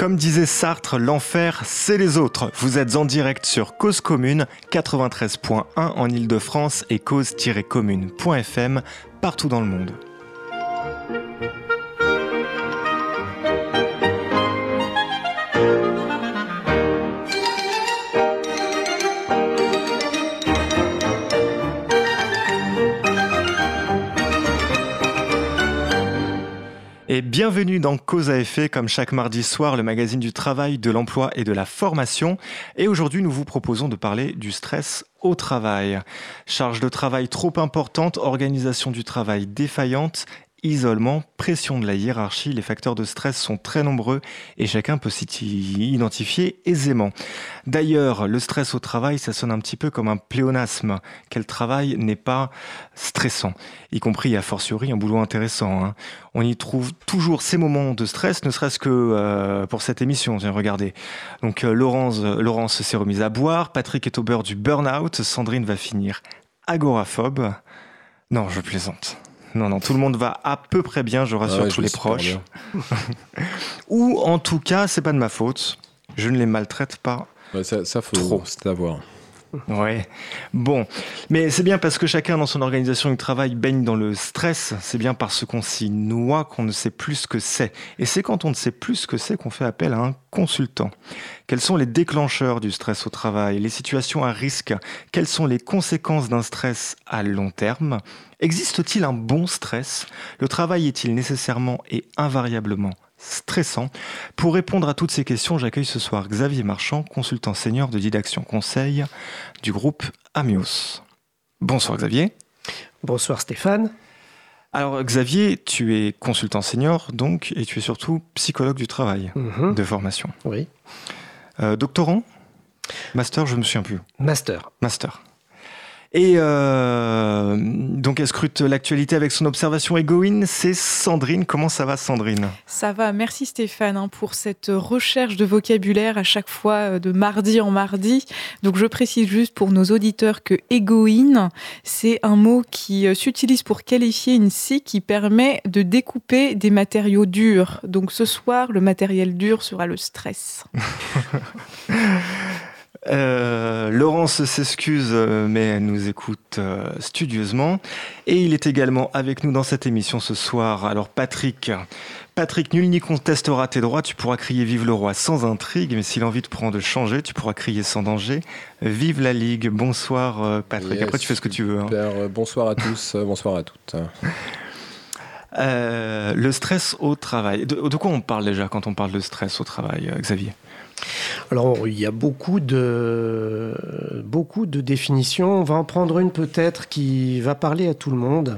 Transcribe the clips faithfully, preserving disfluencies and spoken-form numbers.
Comme disait Sartre, l'enfer, c'est les autres. Vous êtes en direct sur Cause Commune, quatre-vingt-treize point un en Ile-de-France et cause tiret commune point f m partout dans le monde. Et bienvenue dans Cause à effet, comme chaque mardi soir, le magazine du travail, de l'emploi et de la formation. Et aujourd'hui, nous vous proposons de parler du stress au travail. Charge de travail trop importante, organisation du travail défaillante, isolement, pression de la hiérarchie, les facteurs de stress sont très nombreux et chacun peut s'y identifier aisément. D'ailleurs, le stress au travail, ça sonne un petit peu comme un pléonasme. Quel travail n'est pas stressant, y compris a fortiori un boulot intéressant, hein. On y trouve toujours ces moments de stress, ne serait-ce que euh, pour cette émission. Tiens, regardez. Donc euh, Laurence, Laurence s'est remise à boire, Patrick est au beurre du burn-out, Sandrine va finir agoraphobe. Non, je plaisante. Non, non, tout le monde va à peu près bien, je rassure ah ouais, tous les proches. Ou en tout cas, c'est pas de ma faute. Je ne les maltraite pas. Ouais, ça, ça faut trop. C'est à voir. Ouais. Bon, mais c'est bien parce que chacun dans son organisation du travail baigne dans le stress. C'est bien parce qu'on s'y noie qu'on ne sait plus ce que c'est. Et c'est quand on ne sait plus ce que c'est qu'on fait appel à un consultant. Quels sont les déclencheurs du stress au travail, les situations à risque? Quelles sont les conséquences d'un stress à long terme? Existe-t-il un bon stress? Le travail est-il nécessairement et invariablement stressant? Pour répondre à toutes ces questions, j'accueille ce soir Xavier Marchand, consultant senior de Didaction Conseil du groupe Amios. Bonsoir Xavier. Bonsoir Stéphane. Alors Xavier, tu es consultant senior donc et tu es surtout psychologue du travail mmh. de formation. Oui. Euh, doctorant? Master, je ne me souviens plus. Master. Master. Et euh, donc elle scrute l'actualité avec son observation égoïne, c'est Sandrine. Comment ça va Sandrine? Ça va, merci Stéphane hein, pour cette recherche de vocabulaire à chaque fois de mardi en mardi. Donc je précise juste pour nos auditeurs que égoïne, c'est un mot qui s'utilise pour qualifier une scie qui permet de découper des matériaux durs. Donc ce soir, le matériel dur sera le stress. Euh, Laurence s'excuse, mais elle nous écoute euh, studieusement. Et il est également avec nous dans cette émission ce soir. Alors Patrick, Patrick, nul n'y contestera tes droits. Tu pourras crier vive le roi sans intrigue, mais si l'envie te prend de changer, tu pourras crier sans danger. Vive la Ligue. Bonsoir euh, Patrick. Yes, après tu fais ce que tu veux. Hein. Super. Bonsoir à tous, bonsoir à toutes. Euh, le stress au travail. De, de quoi on parle déjà quand on parle de stress au travail, euh, Xavier? Alors, il y a beaucoup de, beaucoup de définitions. On va en prendre une peut-être qui va parler à tout le monde.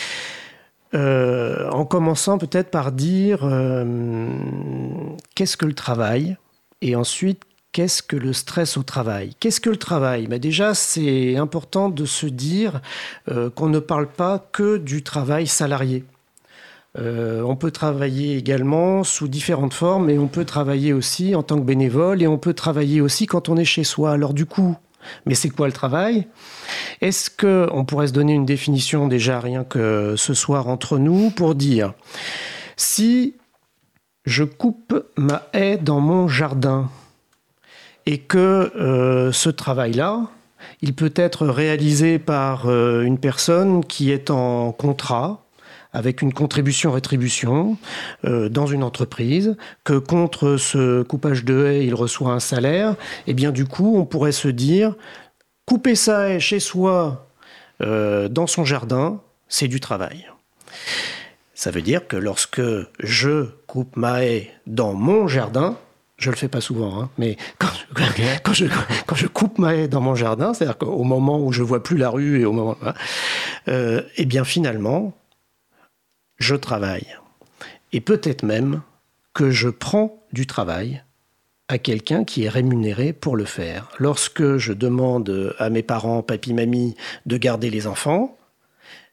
Euh, en commençant peut-être par dire euh, qu'est-ce que le travail? Et ensuite, qu'est-ce que le stress au travail? Qu'est-ce que le travail? Ben déjà, c'est important de se dire euh, qu'on ne parle pas que du travail salarié. Euh, on peut travailler également sous différentes formes et on peut travailler aussi en tant que bénévole et on peut travailler aussi quand on est chez soi. Alors du coup, mais c'est quoi le travail? Est-ce qu'on pourrait se donner une définition déjà rien que ce soir entre nous pour dire si je coupe ma haie dans mon jardin et que euh, ce travail-là, il peut être réalisé par euh, une personne qui est en contrat avec une contribution-rétribution euh, dans une entreprise, que contre ce coupage de haie, il reçoit un salaire, et bien du coup, on pourrait se dire, couper sa haie chez soi, euh, dans son jardin, c'est du travail. Ça veut dire que lorsque je coupe ma haie dans mon jardin, je le fais pas souvent, hein, mais quand je, okay. quand, je, quand je coupe ma haie dans mon jardin, c'est-à-dire qu'au moment où je vois plus la rue, et au moment, euh, et bien finalement, je travaille. Et peut-être même que je prends du travail à quelqu'un qui est rémunéré pour le faire. Lorsque je demande à mes parents, papy, mamie, de garder les enfants,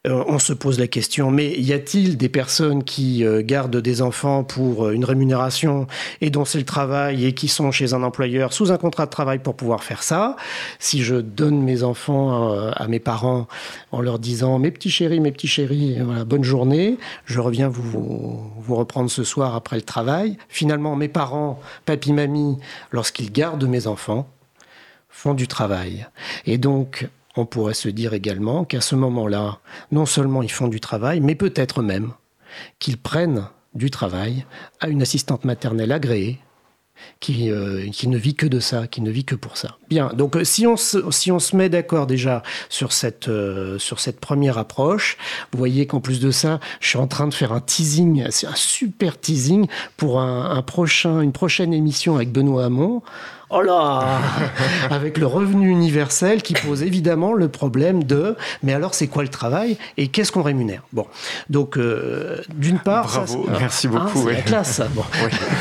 euh, on se pose la question, mais y a-t-il des personnes qui euh, gardent des enfants pour euh, une rémunération et dont c'est le travail et qui sont chez un employeur sous un contrat de travail pour pouvoir faire ça? Si je donne mes enfants euh, à mes parents en leur disant « mes petits chéris, mes petits chéris, voilà, bonne journée, je reviens vous, vous reprendre ce soir après le travail », finalement mes parents, papy, mamie, lorsqu'ils gardent mes enfants, font du travail. Et donc, on pourrait se dire également qu'à ce moment-là, non seulement ils font du travail, mais peut-être même qu'ils prennent du travail à une assistante maternelle agréée qui, euh, qui ne vit que de ça, qui ne vit que pour ça. Bien, donc si on se, si on se met d'accord déjà sur cette, euh, sur cette première approche, vous voyez qu'en plus de ça, je suis en train de faire un teasing, c'est un super teasing pour un, un prochain, une prochaine émission avec Benoît Hamon. Oh là, avec le revenu universel qui pose évidemment le problème de mais alors c'est quoi le travail et qu'est-ce qu'on rémunère? Bon, donc euh, d'une part, bravo, ça, merci hein, beaucoup. C'est ouais. la classe, ça. Bon.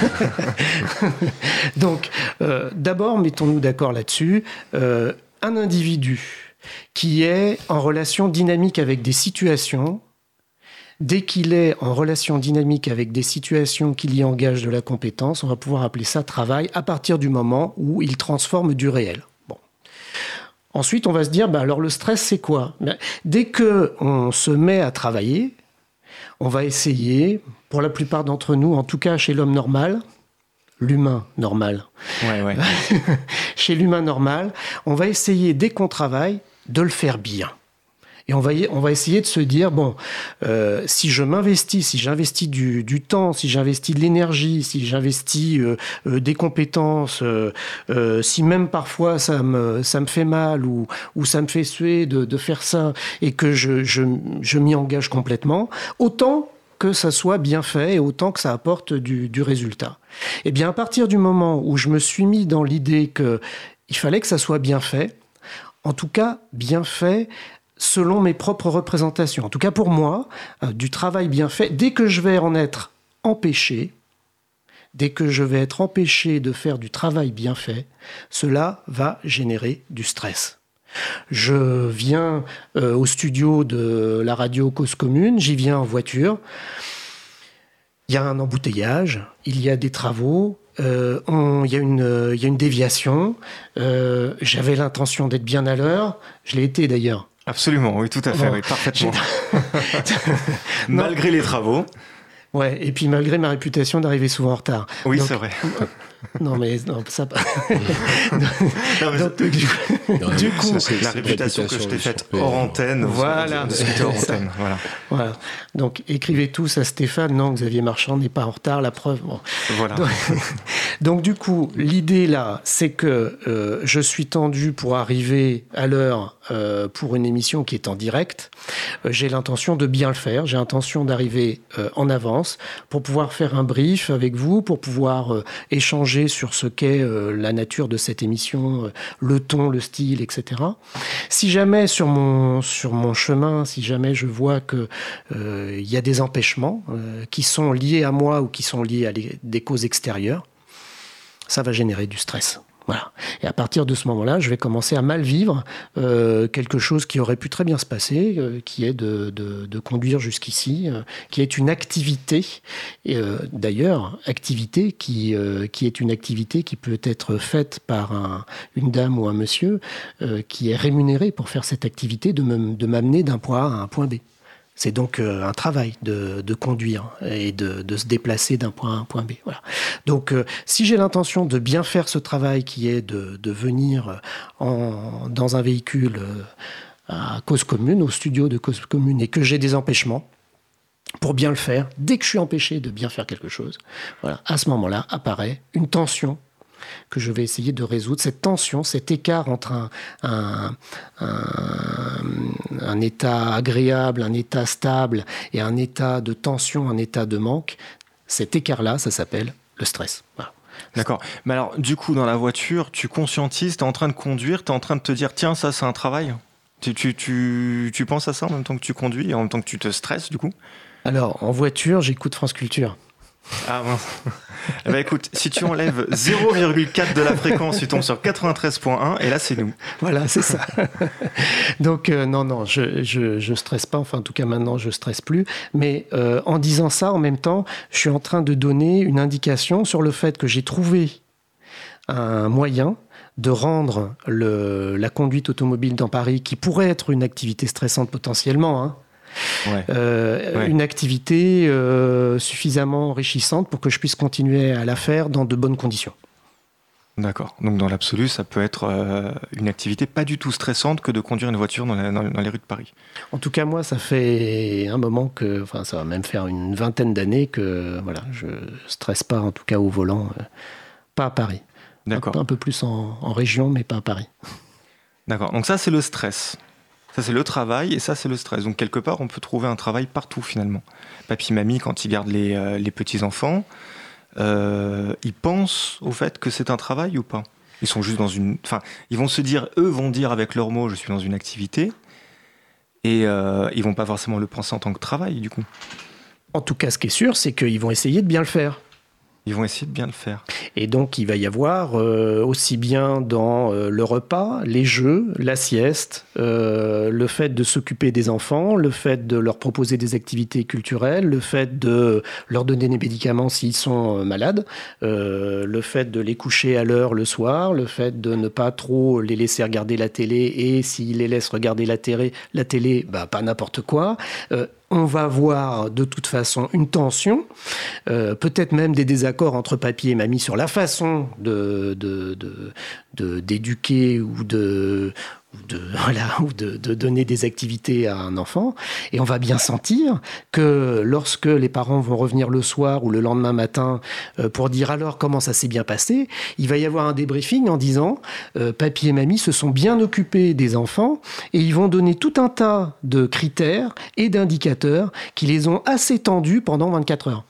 Oui. Donc euh, d'abord, mettons-nous d'accord là-dessus. Euh, un individu qui est en relation dynamique avec des situations. Dès qu'il est en relation dynamique avec des situations qui y engagent de la compétence, on va pouvoir appeler ça travail à partir du moment où il transforme du réel. Bon. Ensuite, on va se dire, bah alors le stress, c'est quoi? Dès qu'on se met à travailler, on va essayer, pour la plupart d'entre nous, en tout cas chez l'homme normal, l'humain normal, ouais, ouais. chez l'humain normal, on va essayer, dès qu'on travaille, de le faire bien. Et on va, y, on va essayer de se dire, bon, euh, si je m'investis, si j'investis du, du temps, si j'investis de l'énergie, si j'investis euh, euh, des compétences, euh, euh, si même parfois ça me, ça me fait mal ou, ou ça me fait suer de, de faire ça et que je, je, je m'y engage complètement, autant que ça soit bien fait et autant que ça apporte du, du résultat. Et bien, à partir du moment où je me suis mis dans l'idée qu'il fallait que ça soit bien fait, en tout cas bien fait selon mes propres représentations. En tout cas pour moi, euh, du travail bien fait, dès que je vais en être empêché, dès que je vais être empêché de faire du travail bien fait, cela va générer du stress. Je viens euh, au studio de la radio Cause Commune, j'y viens en voiture, il y a un embouteillage, il y a des travaux, euh, on, il y a une, euh, il y a une déviation, euh, j'avais l'intention d'être bien à l'heure, je l'ai été d'ailleurs. Absolument, oui, tout à fait, Bon. oui, parfaitement. Malgré les travaux. Ouais, et puis malgré ma réputation d'arriver souvent en retard. Oui, Donc, c'est vrai. Non, mais non, ça. Non, mais Donc, du, Non, du coup, ça, c'est- la c'est une réputation que je t'ai faite usurpée. hors antenne, Voilà. on discutait hors antenne, voilà. voilà. Donc, écrivez tous à Stéphane. Non, Xavier Marchand n'est pas en retard. La preuve. Bon. Voilà. Donc, donc, du coup, l'idée là, c'est que euh, je suis tendu pour arriver à l'heure euh, pour une émission qui est en direct. Euh, j'ai l'intention de bien le faire. J'ai l'intention d'arriver euh, en avance pour pouvoir faire un brief avec vous, pour pouvoir euh, échanger sur ce qu'est euh, la nature de cette émission, euh, le ton, le style, et cetera. Si jamais sur mon, sur mon chemin, si jamais je vois qu'il euh, y a des empêchements euh, qui sont liés à moi ou qui sont liés à les, des causes extérieures, ça va générer du stress. Voilà. Et à partir de ce moment-là, je vais commencer à mal vivre euh, quelque chose qui aurait pu très bien se passer, euh, qui est de, de, de conduire jusqu'ici, euh, qui est une activité, et, euh, d'ailleurs, activité qui, euh, qui est une activité qui peut être faite par un, une dame ou un monsieur euh, qui est rémunéré pour faire cette activité, de, me, de m'amener d'un point A à un point B. C'est donc euh, un travail de, de conduire et de, de se déplacer d'un point A à un point B. Voilà. Donc, euh, si j'ai l'intention de bien faire ce travail qui est de, de venir en, dans un véhicule euh, à Cause Commune, au studio de Cause Commune, et que j'ai des empêchements pour bien le faire, dès que je suis empêché de bien faire quelque chose, voilà, à ce moment-là apparaît une tension que je vais essayer de résoudre, cette tension, cet écart entre un, un, un, un état agréable, un état stable et un état de tension, un état de manque. Cet écart-là, ça s'appelle le stress. Voilà. D'accord. Mais alors, du coup, dans la voiture, tu conscientises, tu es en train de conduire, tu es en train de te dire, tiens, ça, c'est un travail. Tu, tu, tu, tu penses à ça en même temps que tu conduis et en même temps que tu te stresses, du coup? Alors, en voiture, j'écoute France Culture. Ah mince. Eh ben écoute, si tu enlèves zéro virgule quatre de la fréquence, tu tombes sur quatre-vingt-treize virgule un et là c'est nous. Voilà, c'est ça. Donc euh, non, non, je, je, je stresse pas. Enfin, en tout cas maintenant, je stresse plus. Mais euh, en disant ça, en même temps, je suis en train de donner une indication sur le fait que j'ai trouvé un moyen de rendre le, la conduite automobile dans Paris, qui pourrait être une activité stressante potentiellement, hein, Ouais. Euh, ouais. une activité euh, suffisamment enrichissante pour que je puisse continuer à la faire dans de bonnes conditions. D'accord. Donc dans l'absolu, ça peut être euh, une activité pas du tout stressante que de conduire une voiture dans, la, dans, dans les rues de Paris. En tout cas, moi, ça fait un moment que, enfin, ça va même faire une vingtaine d'années que, voilà, je stresse pas, en tout cas au volant, euh, pas à Paris. D'accord. Un, un peu plus en, en région, mais pas à Paris. D'accord. Donc ça, c'est le stress. Ça, c'est le travail et ça, c'est le stress. Donc, quelque part, on peut trouver un travail partout, finalement. Papy, mamie, quand ils gardent les, euh, les petits-enfants, euh, ils pensent au fait que c'est un travail ou pas ? Ils sont juste dans une... Enfin, ils vont se dire, eux vont dire avec leurs mots, je suis dans une activité, et euh, ils vont pas forcément le penser en tant que travail, du coup. En tout cas, ce qui est sûr, c'est qu'ils vont essayer de bien le faire. Ils vont essayer de bien le faire. Et donc, il va y avoir euh, aussi bien dans euh, le repas, les jeux, la sieste, euh, le fait de s'occuper des enfants, le fait de leur proposer des activités culturelles, le fait de leur donner des médicaments s'ils sont euh, malades, euh, le fait de les coucher à l'heure le soir, le fait de ne pas trop les laisser regarder la télé et s'ils les laissent regarder la télé, la télé, bah, pas n'importe quoi. Euh, On va voir de toute façon une tension, euh, peut-être même des désaccords entre papy et mamie sur la façon de, de, de, de, d'éduquer ou de, de, voilà, ou de, de donner des activités à un enfant. Et on va bien sentir que lorsque les parents vont revenir le soir ou le lendemain matin euh, pour dire alors comment ça s'est bien passé, il va y avoir un débriefing en disant euh, papy et mamie se sont bien occupés des enfants et ils vont donner tout un tas de critères et d'indicateurs qui les ont assez tendus pendant vingt-quatre heures.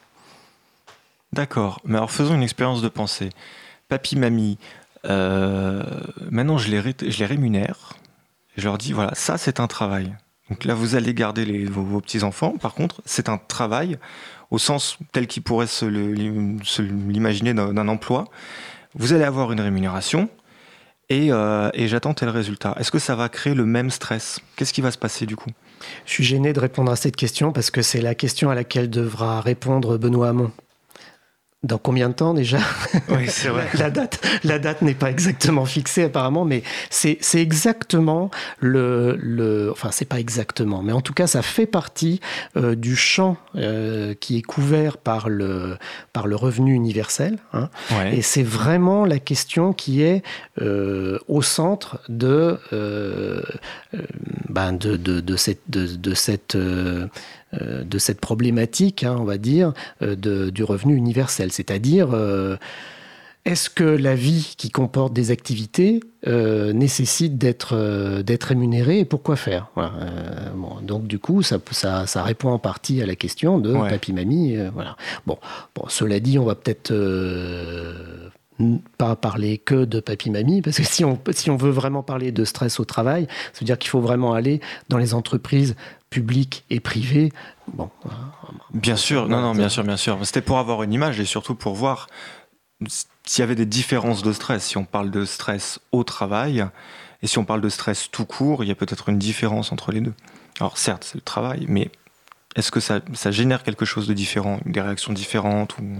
D'accord, mais alors faisons une expérience de pensée. Papy, mamie, euh, maintenant je les, ré- je les rémunère, je leur dis voilà, ça c'est un travail. Donc là vous allez garder les, vos, vos petits-enfants, par contre c'est un travail au sens tel qu'il pourrait se, le, se l'imaginer d'un, d'un emploi. Vous allez avoir une rémunération et, euh, et j'attends tel résultat. Est-ce que ça va créer le même stress ? Qu'est-ce qui va se passer du coup ? Je suis gêné de répondre à cette question parce que c'est la question à laquelle devra répondre Benoît Hamon. Dans combien de temps déjà ? Oui, c'est vrai. La date, la date n'est pas exactement fixée apparemment, mais c'est, c'est exactement le, le... Enfin, c'est pas exactement, mais en tout cas, ça fait partie euh, du champ euh, qui est couvert par le, par le revenu universel. Hein, ouais. Et c'est vraiment la question qui est euh, au centre de, euh, euh, ben de, de, de cette... De, de cette euh, de cette problématique, hein, on va dire, de, du revenu universel. C'est-à-dire, euh, est-ce que la vie qui comporte des activités euh, nécessite d'être, euh, d'être rémunérée et pourquoi faire ? Voilà. Euh, bon, donc, du coup, ça, ça, ça répond en partie à la question de ouais. papy-mamie. Euh, voilà. Bon, bon, cela dit, on va peut-être... Euh, pas parler que de papy-mamie, parce que si on, si on veut vraiment parler de stress au travail, ça veut dire qu'il faut vraiment aller dans les entreprises publiques et privées. Bon, bien sûr, non, non, bien sûr, bien sûr. C'était pour avoir une image et surtout pour voir s'il y avait des différences de stress. Si on parle de stress au travail et si on parle de stress tout court, il y a peut-être une différence entre les deux. Alors certes, c'est le travail, mais est-ce que ça, ça génère quelque chose de différent, des réactions différentes ou...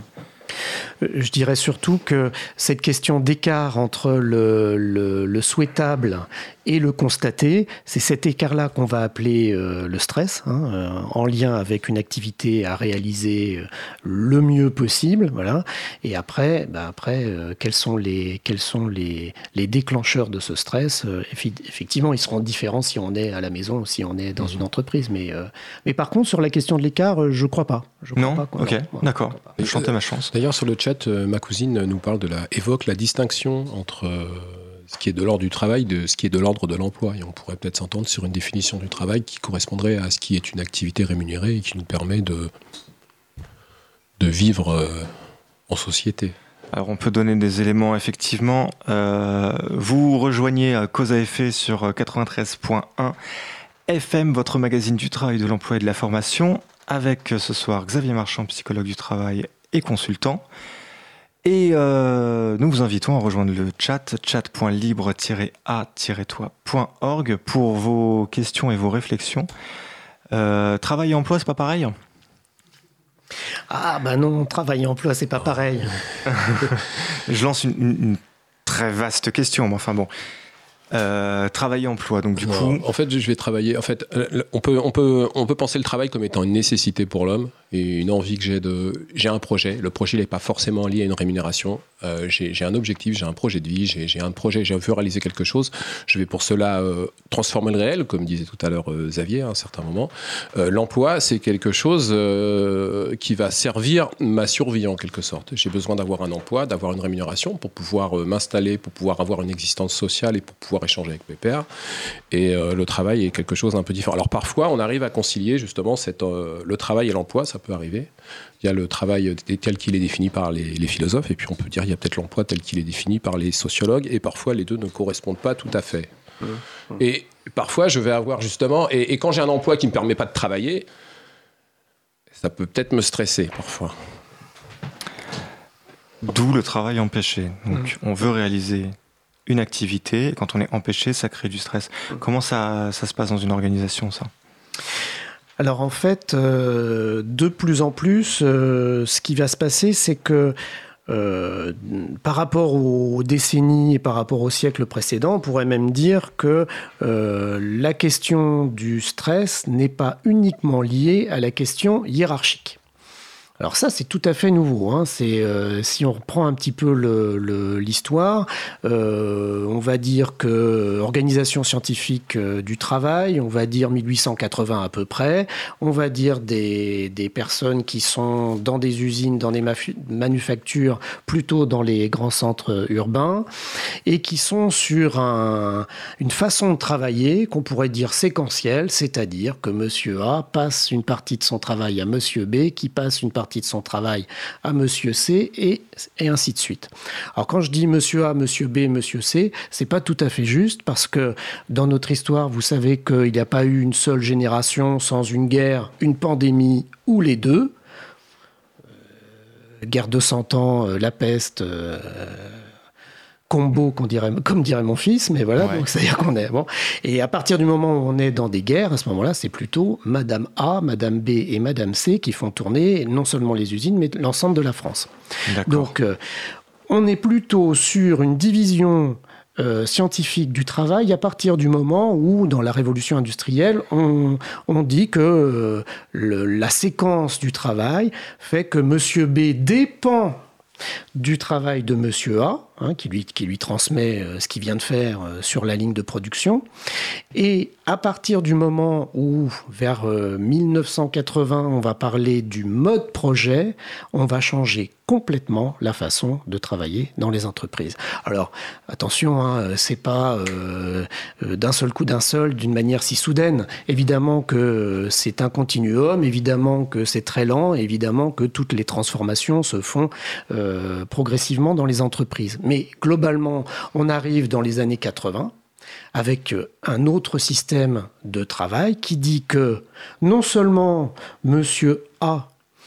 Je dirais surtout que cette question d'écart entre le, le, le souhaitable et le constaté, c'est cet écart-là qu'on va appeler euh, le stress, hein, euh, en lien avec une activité à réaliser euh, le mieux possible. Voilà. Et après, bah après euh, quels sont, les, quels sont les, les déclencheurs de ce stress ? euh, Effectivement, ils seront différents si on est à la maison ou si on est dans une entreprise. Mais, euh, mais par contre, sur la question de l'écart, je ne crois pas. Je crois non pas Ok, non, d'accord. Je tentais ma chance. D'ailleurs, sur le chat, euh, ma cousine nous parle de la, évoque la distinction entre euh, ce qui est de l'ordre du travail de ce qui est de l'ordre de l'emploi. Et on pourrait peut-être s'entendre sur une définition du travail qui correspondrait à ce qui est une activité rémunérée et qui nous permet de, de vivre euh, en société. Alors on peut donner des éléments effectivement. Euh, vous rejoignez Cause à effet sur quatre-vingt-treize virgule un F M, votre magazine du travail, de l'emploi et de la formation, avec ce soir Xavier Marchand, psychologue du travail, et consultant. Et euh, nous vous invitons à rejoindre le chat, chat point libre tiret a tiret toi point org pour vos questions et vos réflexions. Euh, travail et emploi, c'est pas pareil ? Ah ben non, travail et emploi, c'est pas pareil. Je lance une, une, une très vaste question, mais enfin bon. Euh, travail et emploi, donc du non, coup... En fait, je vais travailler... En fait, on peut, on, peut, on peut penser le travail comme étant une nécessité pour l'homme et une envie que j'ai de... J'ai un projet. Le projet n'est pas forcément lié à une rémunération. Euh, j'ai, j'ai un objectif, j'ai un projet de vie, j'ai, j'ai un projet, j'ai envie de réaliser quelque chose. Je vais pour cela euh, transformer le réel, comme disait tout à l'heure euh, Xavier à un certain moment. Euh, l'emploi, c'est quelque chose euh, qui va servir ma survie en quelque sorte. J'ai besoin d'avoir un emploi, d'avoir une rémunération pour pouvoir euh, m'installer, pour pouvoir avoir une existence sociale et pour pouvoir échanger avec mes pairs. Et euh, le travail est quelque chose d'un peu différent. Alors parfois, on arrive à concilier justement cette, euh, le travail et l'emploi, ça peut arriver. Il y a le travail tel qu'il est défini par les, les philosophes, et puis on peut dire qu'il y a peut-être l'emploi tel qu'il est défini par les sociologues, et parfois les deux ne correspondent pas tout à fait. Mmh, mmh. Et parfois, je vais avoir justement... Et, et quand j'ai un emploi qui ne me permet pas de travailler, ça peut peut-être me stresser parfois. D'où le travail empêché. Donc, mmh. on veut réaliser une activité, et quand on est empêché, ça crée du stress. Mmh. Comment ça, ça se passe dans une organisation, ça ? Alors en fait, euh, de plus en plus, euh, ce qui va se passer, c'est que euh, par rapport aux décennies et par rapport au siècle précédent, on pourrait même dire que euh, la question du stress n'est pas uniquement liée à la question hiérarchique. Alors ça, c'est tout à fait nouveau. Hein. C'est, euh, si on reprend un petit peu le, le, l'histoire, euh, on va dire que organisation scientifique euh, du travail, on va dire mille huit cent quatre-vingts à peu près, on va dire des, des personnes qui sont dans des usines, dans des mafu- manufactures, plutôt dans les grands centres urbains, et qui sont sur un, une façon de travailler qu'on pourrait dire séquentielle, c'est-à-dire que Monsieur A passe une partie de son travail à Monsieur B, qui passe une partie de son travail à Monsieur C, et, et ainsi de suite. Alors quand je dis Monsieur A, Monsieur B, Monsieur C, c'est pas tout à fait juste, parce que dans notre histoire, vous savez qu'il n'y a pas eu une seule génération sans une guerre, une pandémie ou les deux. Euh, guerre de cent ans, euh, la peste... Euh, combo, qu'on dirait, comme dirait mon fils, mais voilà, ouais. Donc c'est-à-dire qu'on est bon. Et à partir du moment où on est dans des guerres, à ce moment-là, c'est plutôt Madame A, Madame B et Madame C qui font tourner non seulement les usines, mais l'ensemble de la France. D'accord. Donc, euh, on est plutôt sur une division euh, scientifique du travail à partir du moment où, dans la révolution industrielle, on, on dit que euh, le, la séquence du travail fait que Monsieur B dépend du travail de Monsieur A, hein, qui, lui, qui lui transmet euh, ce qu'il vient de faire euh, sur la ligne de production. Et à partir du moment où, vers euh, mille neuf cent quatre-vingts, on va parler du mode projet, on va changer complètement la façon de travailler dans les entreprises. Alors, attention, hein, c'est pas euh, euh, d'un seul coup, d'un seul, d'une manière si soudaine. Évidemment que c'est un continuum, évidemment que c'est très lent, évidemment que toutes les transformations se font euh, progressivement dans les entreprises. Mais globalement, on arrive dans les années quatre-vingts avec un autre système de travail qui dit que non seulement Monsieur A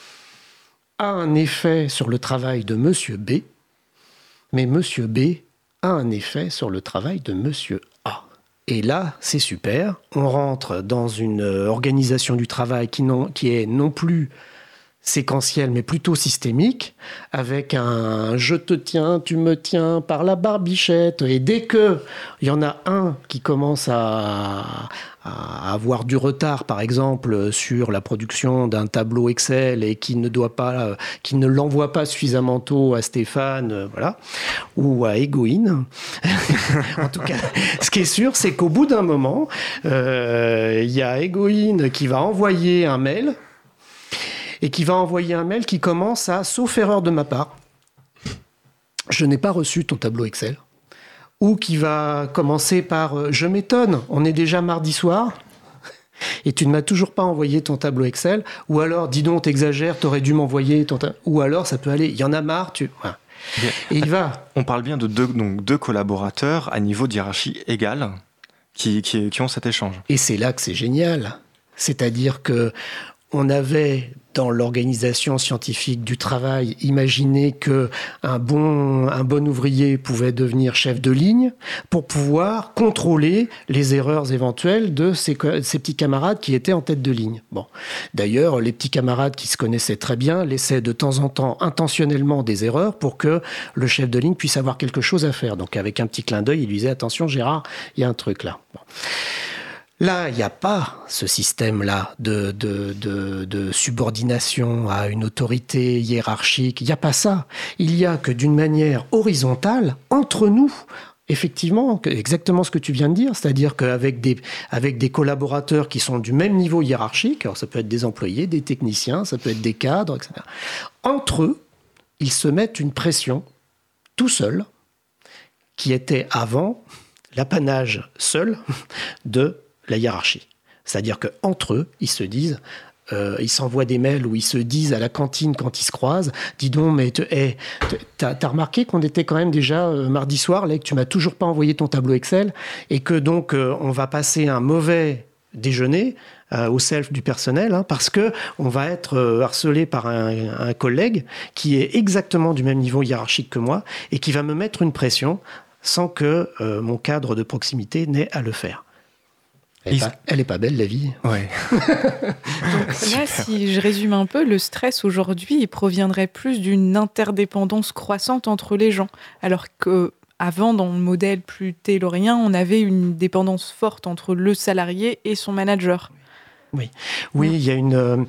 a un effet sur le travail de Monsieur B, mais Monsieur B a un effet sur le travail de Monsieur A. Et là, c'est super. On rentre dans une organisation du travail qui, non, qui est non plus séquentielle, mais plutôt systémique, avec un « je te tiens, tu me tiens par la barbichette ». Et dès qu'il y en a un qui commence à, à avoir du retard, par exemple, sur la production d'un tableau Excel et qui ne doit pas, qui ne l'envoie pas suffisamment tôt à Stéphane, voilà, ou à Egoïne. En tout cas, ce qui est sûr, c'est qu'au bout d'un moment, euh, il y a Egoïne qui va envoyer un mail et qui va envoyer un mail qui commence à « sauf erreur de ma part, je n'ai pas reçu ton tableau Excel ». Ou qui va commencer par euh, « je m'étonne, on est déjà mardi soir et tu ne m'as toujours pas envoyé ton tableau Excel ». Ou alors « dis donc, t'exagères, t'aurais dû m'envoyer ton tableau ». Ou alors ça peut aller « il y en a marre, tu… Voilà. » Et il va… On parle bien de deux, donc, deux collaborateurs à niveau de hiérarchie égal qui, qui, qui ont cet échange. Et c'est là que c'est génial. C'est-à-dire que on avait dans l'organisation scientifique du travail imaginé que un bon, un bon ouvrier pouvait devenir chef de ligne pour pouvoir contrôler les erreurs éventuelles de ses, ses petits camarades qui étaient en tête de ligne. Bon. D'ailleurs, les petits camarades qui se connaissaient très bien laissaient de temps en temps intentionnellement des erreurs pour que le chef de ligne puisse avoir quelque chose à faire. Donc avec un petit clin d'œil, il lui disait « Attention Gérard, il y a un truc là. Bon. » Là, il n'y a pas ce système-là de, de, de, de subordination à une autorité hiérarchique. Il n'y a pas ça. Il y a que d'une manière horizontale, entre nous, effectivement, exactement ce que tu viens de dire, c'est-à-dire qu'avec des, avec des collaborateurs qui sont du même niveau hiérarchique, alors ça peut être des employés, des techniciens, ça peut être des cadres, et cetera. Entre eux, ils se mettent une pression tout seuls, qui était avant l'apanage seul de la hiérarchie. C'est-à-dire qu'entre eux, ils se disent, euh, ils s'envoient des mails où ils se disent à la cantine quand ils se croisent, dis donc, mais hey, t'as, t'as remarqué qu'on était quand même déjà euh, mardi soir, là, et que tu m'as toujours pas envoyé ton tableau Excel, et que donc euh, on va passer un mauvais déjeuner euh, au self du personnel, hein, parce que on va être euh, harcelé par un, un collègue qui est exactement du même niveau hiérarchique que moi, et qui va me mettre une pression sans que euh, mon cadre de proximité n'ait à le faire. Elle n'est pas, elle est pas belle, la vie. Ouais. Donc là, si je résume un peu, le stress aujourd'hui, il proviendrait plus d'une interdépendance croissante entre les gens. Alors qu'avant, dans le modèle plus taylorien, on avait une dépendance forte entre le salarié et son manager. Oui, oui, il y a une... Euh,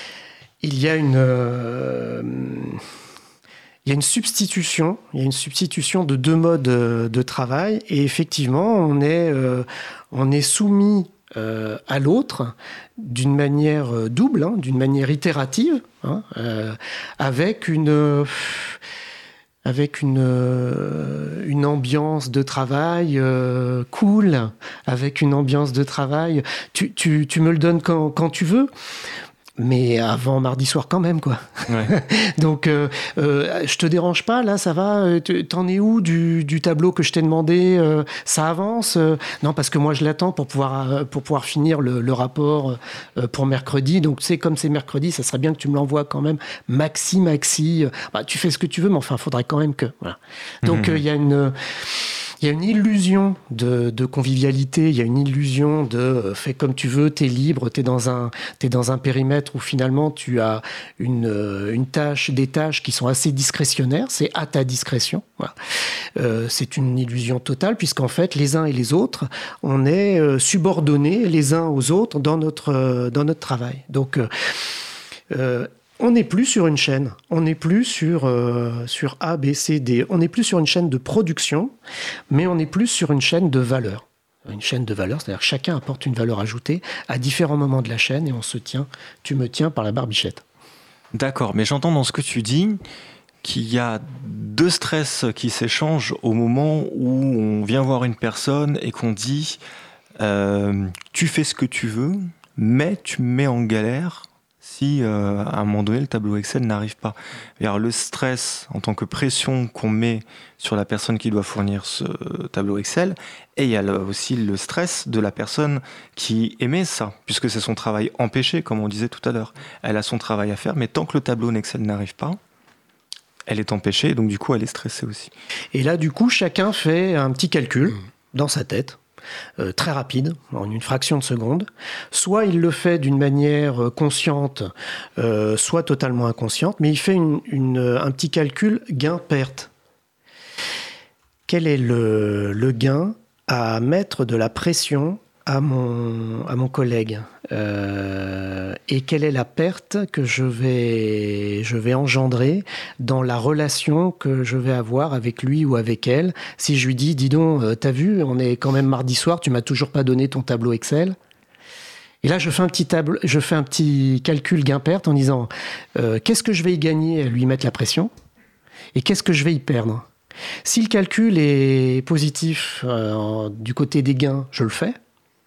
il y a une... Euh, Il y a une substitution, il y a une substitution de deux modes de travail, et effectivement, on est, euh, on est soumis euh, à l'autre d'une manière double, hein, d'une manière itérative, hein, euh, avec une, euh, avec une, euh, une ambiance de travail euh, cool, avec une ambiance de travail. Tu, tu, tu me le donnes quand, quand tu veux. Mais avant mardi soir quand même, quoi. Ouais. Donc, euh, euh, je te dérange pas, là, ça va? T'en es où du, du tableau que je t'ai demandé? euh, Ça avance? euh, Non, parce que moi, je l'attends pour pouvoir, pour pouvoir finir le, le rapport euh, pour mercredi. Donc, tu sais, comme c'est mercredi, ça serait bien que tu me l'envoies quand même. Maxi, maxi. Bah, tu fais ce que tu veux, mais enfin, il faudrait quand même que... Voilà. Donc, il mmh. euh, y a une... Il y a une illusion de, de convivialité, il y a une illusion de euh, fais comme tu veux, t'es libre, t'es dans un, t'es dans un périmètre où finalement tu as une, euh, une tâche, des tâches qui sont assez discrétionnaires, c'est à ta discrétion. Voilà. Euh, c'est une illusion totale puisqu'en fait les uns et les autres, on est euh, subordonnés les uns aux autres dans notre, euh, dans notre travail. Donc, euh, euh, on n'est plus sur une chaîne, on n'est plus sur, euh, sur A, B, C, D, on n'est plus sur une chaîne de production, mais on est plus sur une chaîne de valeur. Une chaîne de valeur, c'est-à-dire que chacun apporte une valeur ajoutée à différents moments de la chaîne et on se tient, tu me tiens par la barbichette. D'accord, mais j'entends dans ce que tu dis qu'il y a deux stress qui s'échangent au moment où on vient voir une personne et qu'on dit euh, tu fais ce que tu veux, mais tu me mets en galère si euh, à un moment donné le tableau Excel n'arrive pas. Alors, le stress en tant que pression qu'on met sur la personne qui doit fournir ce tableau Excel, et il y a le, aussi le stress de la personne qui émet ça, puisque c'est son travail empêché, comme on disait tout à l'heure. Elle a son travail à faire, mais tant que le tableau Excel n'arrive pas, elle est empêchée, donc du coup elle est stressée aussi. Et là du coup chacun fait un petit calcul dans sa tête, Euh, très rapide, en une fraction de seconde. Soit il le fait d'une manière consciente, euh, soit totalement inconsciente, mais il fait une, une, un petit calcul gain-perte. Quel est le, le gain à mettre de la pression à mon, à mon collègue euh, et quelle est la perte que je vais, je vais engendrer dans la relation que je vais avoir avec lui ou avec elle si je lui dis, dis donc, euh, t'as vu, on est quand même mardi soir, tu m'as toujours pas donné ton tableau Excel. Et là, je fais un petit, tableau, je fais un petit calcul gain-perte en disant euh, qu'est-ce que je vais y gagner à lui mettre la pression et qu'est-ce que je vais y perdre. Si le calcul est positif euh, du côté des gains, je le fais.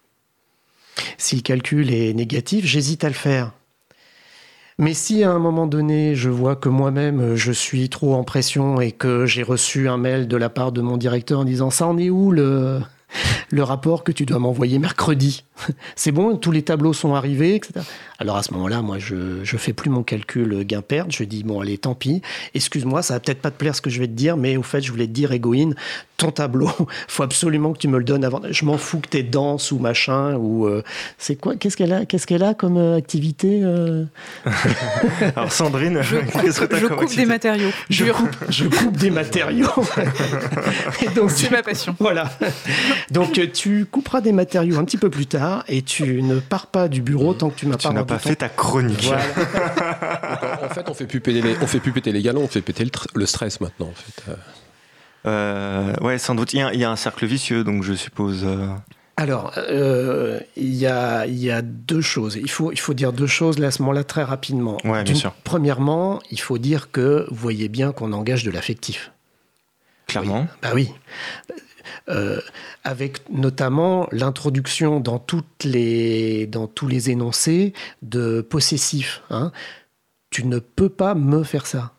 Si le calcul est négatif, j'hésite à le faire. Mais si à un moment donné, je vois que moi-même, je suis trop en pression et que j'ai reçu un mail de la part de mon directeur en disant « ça en est où le, le rapport que tu dois m'envoyer mercredi ?» C'est bon, tous les tableaux sont arrivés, et cetera. Alors à ce moment-là, moi, je je fais plus mon calcul gain-perte. Je dis, bon, allez, tant pis. Excuse-moi, ça va peut-être pas te plaire ce que je vais te dire, mais au fait, je voulais te dire, Egoïne, ton tableau, faut absolument que tu me le donnes avant. Je m'en fous que t'es danse ou machin, ou... Euh, c'est quoi? Qu'est-ce qu'elle a, qu'est-ce qu'elle a comme euh, activité euh... Alors Sandrine, je coupe, qu'est-ce que t'as je comme coupe activité? des matériaux. Je coupe, je coupe des matériaux. Et donc, c'est tu, ma passion. Voilà. Donc tu couperas des matériaux un petit peu plus tard et tu ne pars pas du bureau tant que tu m'as Tu pas n'as rendu pas ton- fait ta chronique. Voilà. Donc, en, en fait, on fait plus péter les, on fait plus péter les galons, on fait péter le, tr- le stress maintenant. En fait. Euh, ouais, sans doute. Il y, a, il y a un cercle vicieux, donc je suppose. euh, Alors, euh, il y a, il y a deux choses. Il faut, il faut dire deux choses là, à ce moment-là très rapidement. Ouais, bien D'une- sûr. Premièrement, il faut dire que vous voyez bien qu'on engage de l'affectif. Clairement. Bah oui. Euh, avec notamment l'introduction dans, toutes les, dans tous les énoncés de possessif. Hein. Tu ne peux pas me faire ça.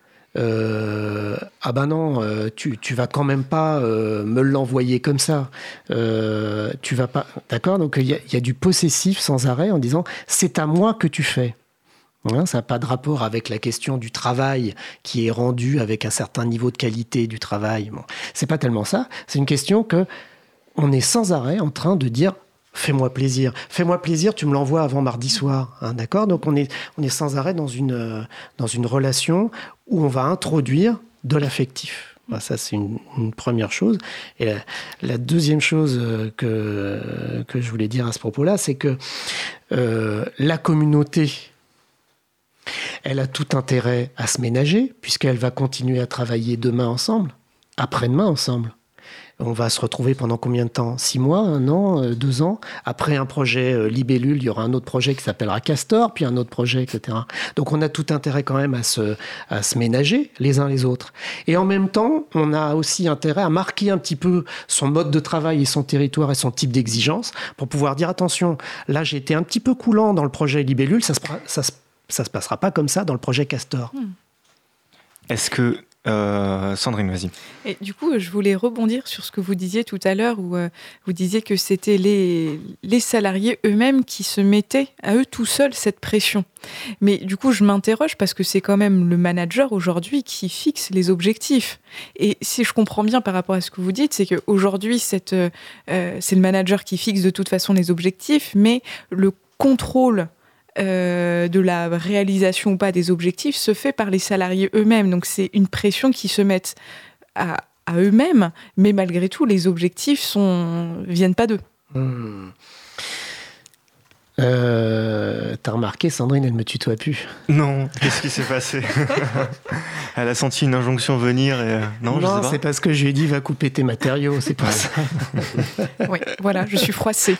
Euh, ah ben non, euh, tu, tu vas quand même pas euh, me l'envoyer comme ça. Euh, tu vas pas. D'accord? Donc il y, a- il y a du possessif sans arrêt en disant c'est à moi que tu fais. Hein, ça n'a pas de rapport avec la question du travail qui est rendu avec un certain niveau de qualité du travail. Bon, c'est pas tellement ça. C'est une question que on est sans arrêt en train de dire fais-moi plaisir, fais-moi plaisir, tu me l'envoies avant mardi soir, hein, d'accord? Donc on est on est sans arrêt dans une euh, dans une relation où on va introduire de l'affectif. Voilà, ça c'est une, une première chose. Et la, la deuxième chose euh, que que je voulais dire à ce propos-là, c'est que euh, la communauté elle a tout intérêt à se ménager, puisqu'elle va continuer à travailler demain ensemble, après-demain ensemble. On va se retrouver pendant combien de temps? Six mois, un an, euh, deux ans? Après un projet euh, Libellule, il y aura un autre projet qui s'appellera Castor, puis un autre projet, et cetera. Donc on a tout intérêt quand même à se, à se ménager les uns les autres. Et en même temps, on a aussi intérêt à marquer un petit peu son mode de travail et son territoire et son type d'exigence pour pouvoir dire attention, là j'ai été un petit peu coulant dans le projet Libellule, ça se, ça se ça se passera pas comme ça dans le projet Castor. Hmm. Est-ce que... euh, Sandrine, vas-y. Et du coup, je voulais rebondir sur ce que vous disiez tout à l'heure, où euh, vous disiez que c'était les, les salariés eux-mêmes qui se mettaient à eux tout seuls cette pression. Mais du coup, je m'interroge parce que c'est quand même le manager aujourd'hui qui fixe les objectifs. Et si je comprends bien par rapport à ce que vous dites, c'est qu'aujourd'hui, cette, euh, c'est le manager qui fixe de toute façon les objectifs, mais le contrôle Euh, de la réalisation ou pas des objectifs se fait par les salariés eux-mêmes. Donc c'est une pression qui se met à, à eux-mêmes, mais malgré tout, les objectifs sont viennent pas d'eux. Hmm. Euh, t'as remarqué, Sandrine, elle ne me tutoie plus. Non, qu'est-ce qui s'est passé? Elle a senti une injonction venir et... Non, je sais pas. c'est parce que je lui ai dit va couper tes matériaux, c'est pas ça. Oui, voilà, je suis froissée.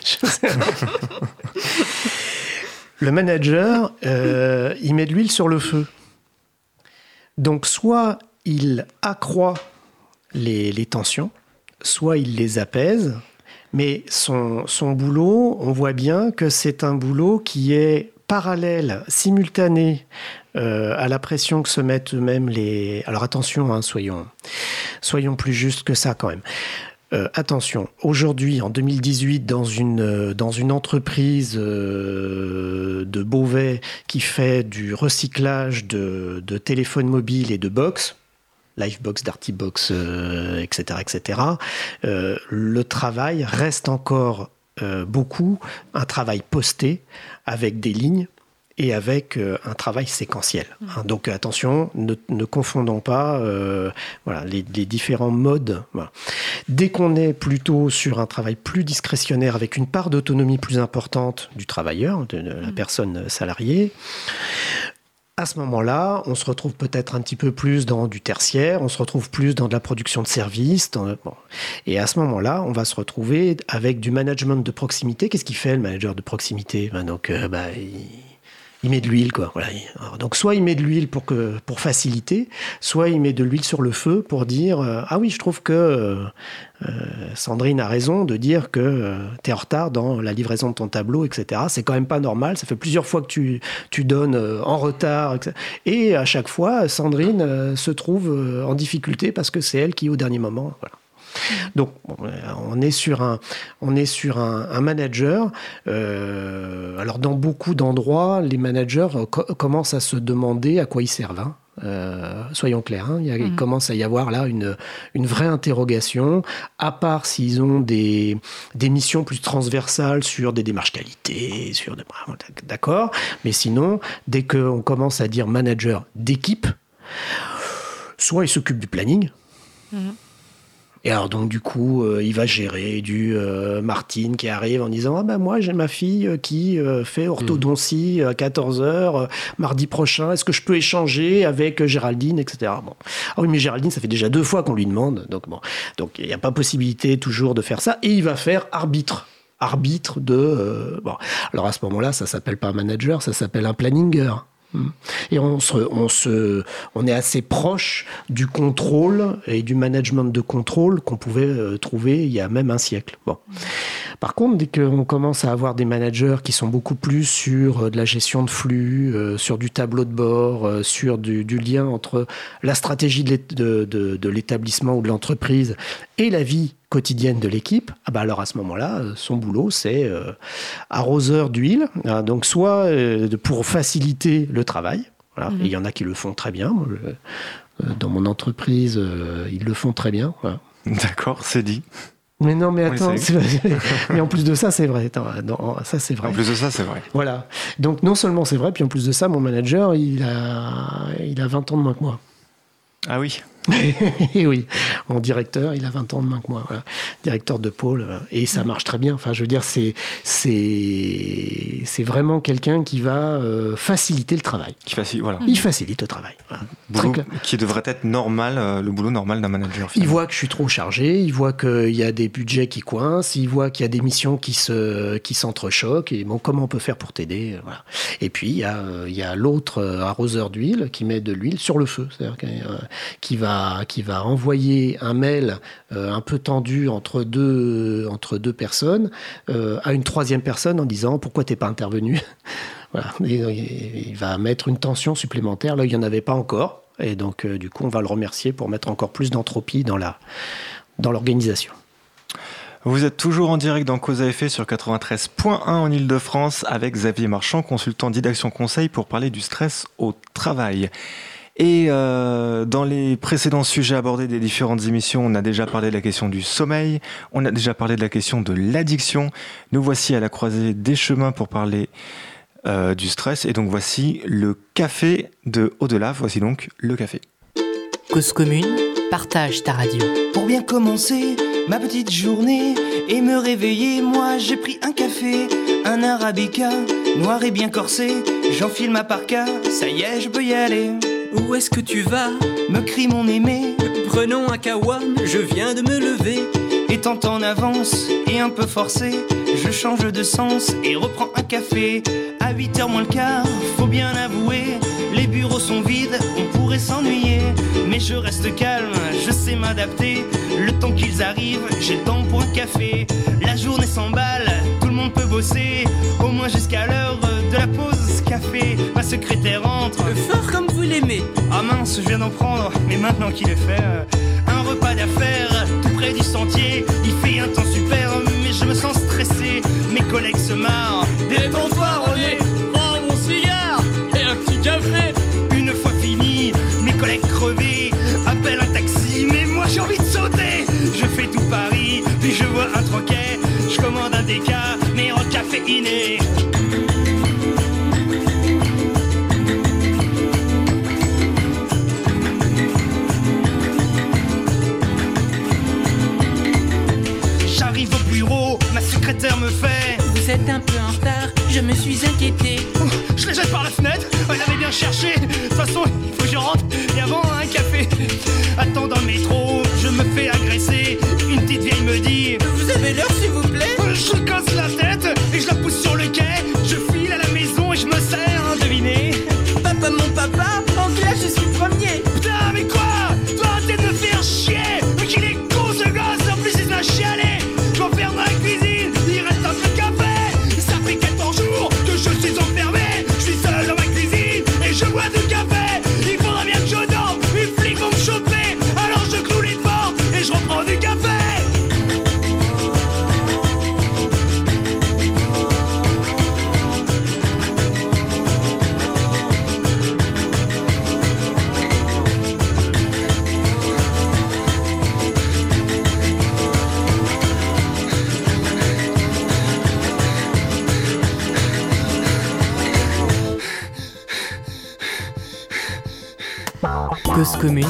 Le manager, euh, il met de l'huile sur le feu. Donc, soit il accroît les, les tensions, soit il les apaise. Mais son, son boulot, on voit bien que c'est un boulot qui est parallèle, simultané euh, à la pression que se mettent eux-mêmes les... Alors attention, hein, soyons, soyons plus justes que ça quand même. Euh, attention, aujourd'hui, en deux mille dix-huit, dans une, dans une entreprise euh, de Beauvais qui fait du recyclage de, de téléphones mobiles et de box, Livebox, Dartybox, euh, et cetera, et cetera, euh, le travail reste encore euh, beaucoup un travail posté avec des lignes et avec euh, un travail séquentiel. Hein. Donc attention, ne, ne confondons pas euh, voilà, les, les différents modes. Voilà. Dès qu'on est plutôt sur un travail plus discrétionnaire, avec une part d'autonomie plus importante du travailleur, de, de la mmh. personne salariée, à ce moment-là, on se retrouve peut-être un petit peu plus dans du tertiaire, on se retrouve plus dans de la production de services. Dans, bon. Et à ce moment-là, on va se retrouver avec du management de proximité. Qu'est-ce qu'il fait, le manager de proximité? Ben donc, euh, bah, il... Il met de l'huile, quoi. Voilà. Alors, donc, soit il met de l'huile pour, que, pour faciliter, soit il met de l'huile sur le feu pour dire euh, ah oui, je trouve que euh, Sandrine a raison de dire que euh, tu es en retard dans la livraison de ton tableau, et cetera. C'est quand même pas normal. Ça fait plusieurs fois que tu, tu donnes euh, en retard. Et cetera. Et à chaque fois, Sandrine euh, se trouve euh, en difficulté parce que c'est elle qui, au dernier moment. Voilà. Donc, on est sur un, on est sur un, un manager. Euh, alors, dans beaucoup d'endroits, les managers co- commencent à se demander à quoi ils servent. Hein. Euh, soyons clairs, hein. il, y a, mmh. il commence à y avoir là une, une vraie interrogation, à part s'ils ont des, des missions plus transversales sur des démarches qualité, sur des... d'accord, mais sinon, dès qu'on commence à dire manager d'équipe, soit il s'occupe du planning, mmh. Et alors donc du coup, euh, il va gérer du euh, Martine qui arrive en disant « Ah ben moi j'ai ma fille qui euh, fait orthodontie à quatorze heures euh, mardi prochain, est-ce que je peux échanger avec Géraldine, et cetera » Bon. Ah oui, mais Géraldine, ça fait déjà deux fois qu'on lui demande, donc bon. Donc il n'y a pas possibilité toujours de faire ça, et il va faire arbitre. Arbitre de... Euh, bon. Alors à ce moment-là, ça ne s'appelle pas un manager, ça s'appelle un planninger. Et on, se, on, se, on est assez proche du contrôle et du management de contrôle qu'on pouvait euh, trouver il y a même un siècle. Bon. Par contre, dès qu'on commence à avoir des managers qui sont beaucoup plus sur euh, de la gestion de flux, euh, sur du tableau de bord, euh, sur du, du lien entre la stratégie de, de, de, de l'établissement ou de l'entreprise et la vie quotidienne de l'équipe, ah bah alors à ce moment-là, son boulot, c'est euh, arroseur d'huile. Hein, donc soit euh, pour faciliter le travail, voilà, mmh. et il y en a qui le font très bien. Moi, je, euh, dans mon entreprise, euh, ils le font très bien. Voilà. D'accord, c'est dit. Mais non, mais attends, oui, c'est c'est mais en plus de ça, c'est vrai. Attends, non, ça, c'est vrai. En plus de ça, c'est vrai. Voilà. Donc non seulement c'est vrai, puis en plus de ça, mon manager, il a, il a vingt ans de moins que moi. Ah oui. Et oui, mon directeur, il a vingt ans de moins que moi, voilà. Directeur de pôle, et ça marche très bien. Enfin, je veux dire, c'est, c'est, c'est vraiment quelqu'un qui va euh, faciliter le travail. Qui facilite, voilà. Il facilite le travail. Voilà. Boulot qui devrait être normal, euh, le boulot normal d'un manager. Finalement. Il voit que je suis trop chargé, il voit qu'il y a des budgets qui coincent, il voit qu'il y a des missions qui, se, qui s'entrechoquent, et bon, comment on peut faire pour t'aider, voilà. Et puis, il y a, il y a l'autre arroseur d'huile qui met de l'huile sur le feu, c'est-à-dire qui va qui va envoyer un mail euh, un peu tendu entre deux, entre deux personnes euh, à une troisième personne en disant « Pourquoi t'es pas intervenu ?» Voilà. Et, et, il va mettre une tension supplémentaire. Là, il n'y en avait pas encore. Et donc, euh, du coup, on va le remercier pour mettre encore plus d'entropie dans, la, dans l'organisation. Vous êtes toujours en direct dans Cause à effet sur quatre-vingt-treize point un en Ile-de-France avec Xavier Marchand, consultant d'Idaction Conseil, pour parler du stress au travail. Et euh, dans les précédents sujets abordés des différentes émissions, on a déjà parlé de la question du sommeil, on a déjà parlé de la question de l'addiction. Nous voici à la croisée des chemins pour parler euh, du stress. Et donc voici le café de Au-delà. Voici donc le café. Cause commune, partage ta radio. Pour bien commencer ma petite journée et me réveiller, moi j'ai pris un café, un arabica, noir et bien corsé. J'enfile ma parka, ça y est, je peux y aller. Où est-ce que tu vas ? Me crie mon aimé. Prenons un kawa, je viens de me lever. Étant en avance et un peu forcé, je change de sens et reprends un café. À huit heures moins le quart, faut bien avouer, les bureaux sont vides, on pourrait s'ennuyer. Mais je reste calme, je sais m'adapter. Le temps qu'ils arrivent, j'ai le temps pour un café. La journée s'emballe, tout le monde peut bosser, au moins jusqu'à l'heure de la pause café. Ma secrétaire entre, fort comme vous l'aimez. Ah mince, je viens d'en prendre, mais maintenant qu'il est fait, un repas d'affaires, tout près du sentier. Il fait un temps super, mais je me sens stressé. Mes collègues se marrent. Détends-toi René, prends mon cigare et un petit café. Une fois fini, mes collègues crevés appellent un taxi, mais moi j'ai envie de sauter. Je fais tout Paris, puis je vois un troquet. Je commande un déca, mais en caféiné. J'arrive au bureau, ma secrétaire me fait: vous êtes un peu en retard, je me suis inquiété. Oh, je les jette par la fenêtre, elle avait bien cherché. De toute façon, il faut que je rentre, et avant un café. Attends dans le métro, je me fais agresser. Une petite vieille me dit: vous avez l'heure s'il vous plaît? Je lui casse la tête et je la pousse sur le quai. Je file à la maison et je me sers, hein, devinez. Papa, mon papa, en classe je suis premier. Putain, mais quoi? Toi, arrêtez de me faire chier. Mais qu'il est con ce gosse, en plus il se m'a chialé. Je m'enferme dans la cuisine, il reste un peu de café. Ça fait quatorze jours que je suis enfermé. Je suis seul dans ma cuisine et je bois du café. Il faudra bien que je dorme, une flic va me choper. Alors je cloue les Cause commune,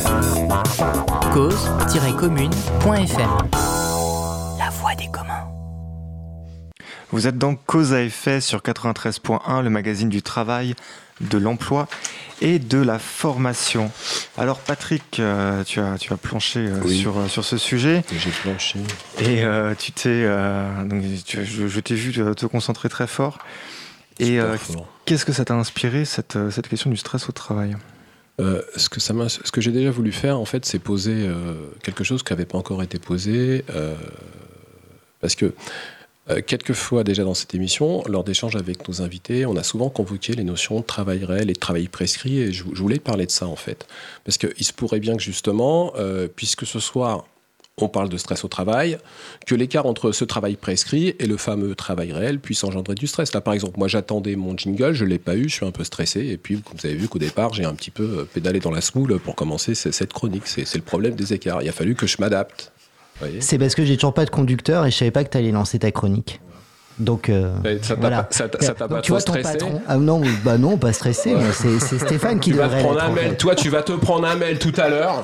cause tiret commune point f m. La voix des communs. Vous êtes dans Cause à effet sur quatre-vingt-treize point un, le magazine du travail, de l'emploi et de la formation. Alors Patrick, euh, tu, as, tu as planché euh, oui. sur, sur ce sujet. J'ai planché. Et euh, tu t'es, euh, donc, tu, je, je t'ai vu te, te concentrer très fort. Et euh, fort. Qu'est-ce que ça t'a inspiré, cette, cette question du stress au travail ? Euh, ce, que ça m'a, ce que j'ai déjà voulu faire, en fait, c'est poser euh, quelque chose qui n'avait pas encore été posé. Euh, parce que Euh, quelques fois déjà dans cette émission, lors d'échanges avec nos invités, on a souvent convoqué les notions de travail réel et de travail prescrit, et je, je voulais parler de ça en fait. Parce qu'il se pourrait bien que justement, euh, puisque ce soir on parle de stress au travail, que l'écart entre ce travail prescrit et le fameux travail réel puisse engendrer du stress. Là par exemple, moi j'attendais mon jingle, je ne l'ai pas eu, je suis un peu stressé, et puis vous avez vu qu'au départ j'ai un petit peu pédalé dans la semoule pour commencer cette chronique. C'est, c'est le problème des écarts, il a fallu que je m'adapte. C'est parce que j'ai toujours pas de conducteur et je savais pas que tu allais lancer ta chronique. Donc euh, ça t'a voilà. pas, ça t'a, ça t'a Donc, pas tu vois, trop stressé patron, ah non, bah non, pas stressé. Moi, c'est, c'est Stéphane qui tu vas devrait te prendre l'être, un mail. en fait. Toi, tu vas te prendre un mail tout à l'heure.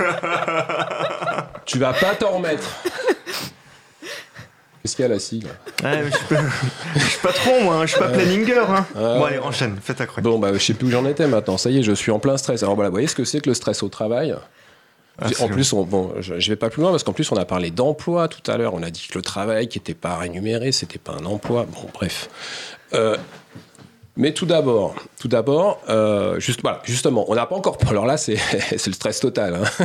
Tu vas pas t'en remettre. Qu'est-ce qu'il y a la sigle ouais, je, suis pas, je suis patron, moi. Hein, je suis pas planninger. Hein. Euh, bon, allez, enchaîne. Fais ta chronique. Bon, bah, je sais plus où j'en étais maintenant. Ça y est, je suis en plein stress. Alors voilà, vous voyez ce que c'est que le stress au travail ? Ah, en plus, on, bon, je ne vais pas plus loin parce qu'en plus, on a parlé d'emploi tout à l'heure. On a dit que le travail qui n'était pas rémunéré, ce n'était pas un emploi. Bon, bref. Euh, mais tout d'abord, tout d'abord euh, juste, voilà, justement, on n'a pas encore... Alors là, c'est, c'est le stress total. Hein.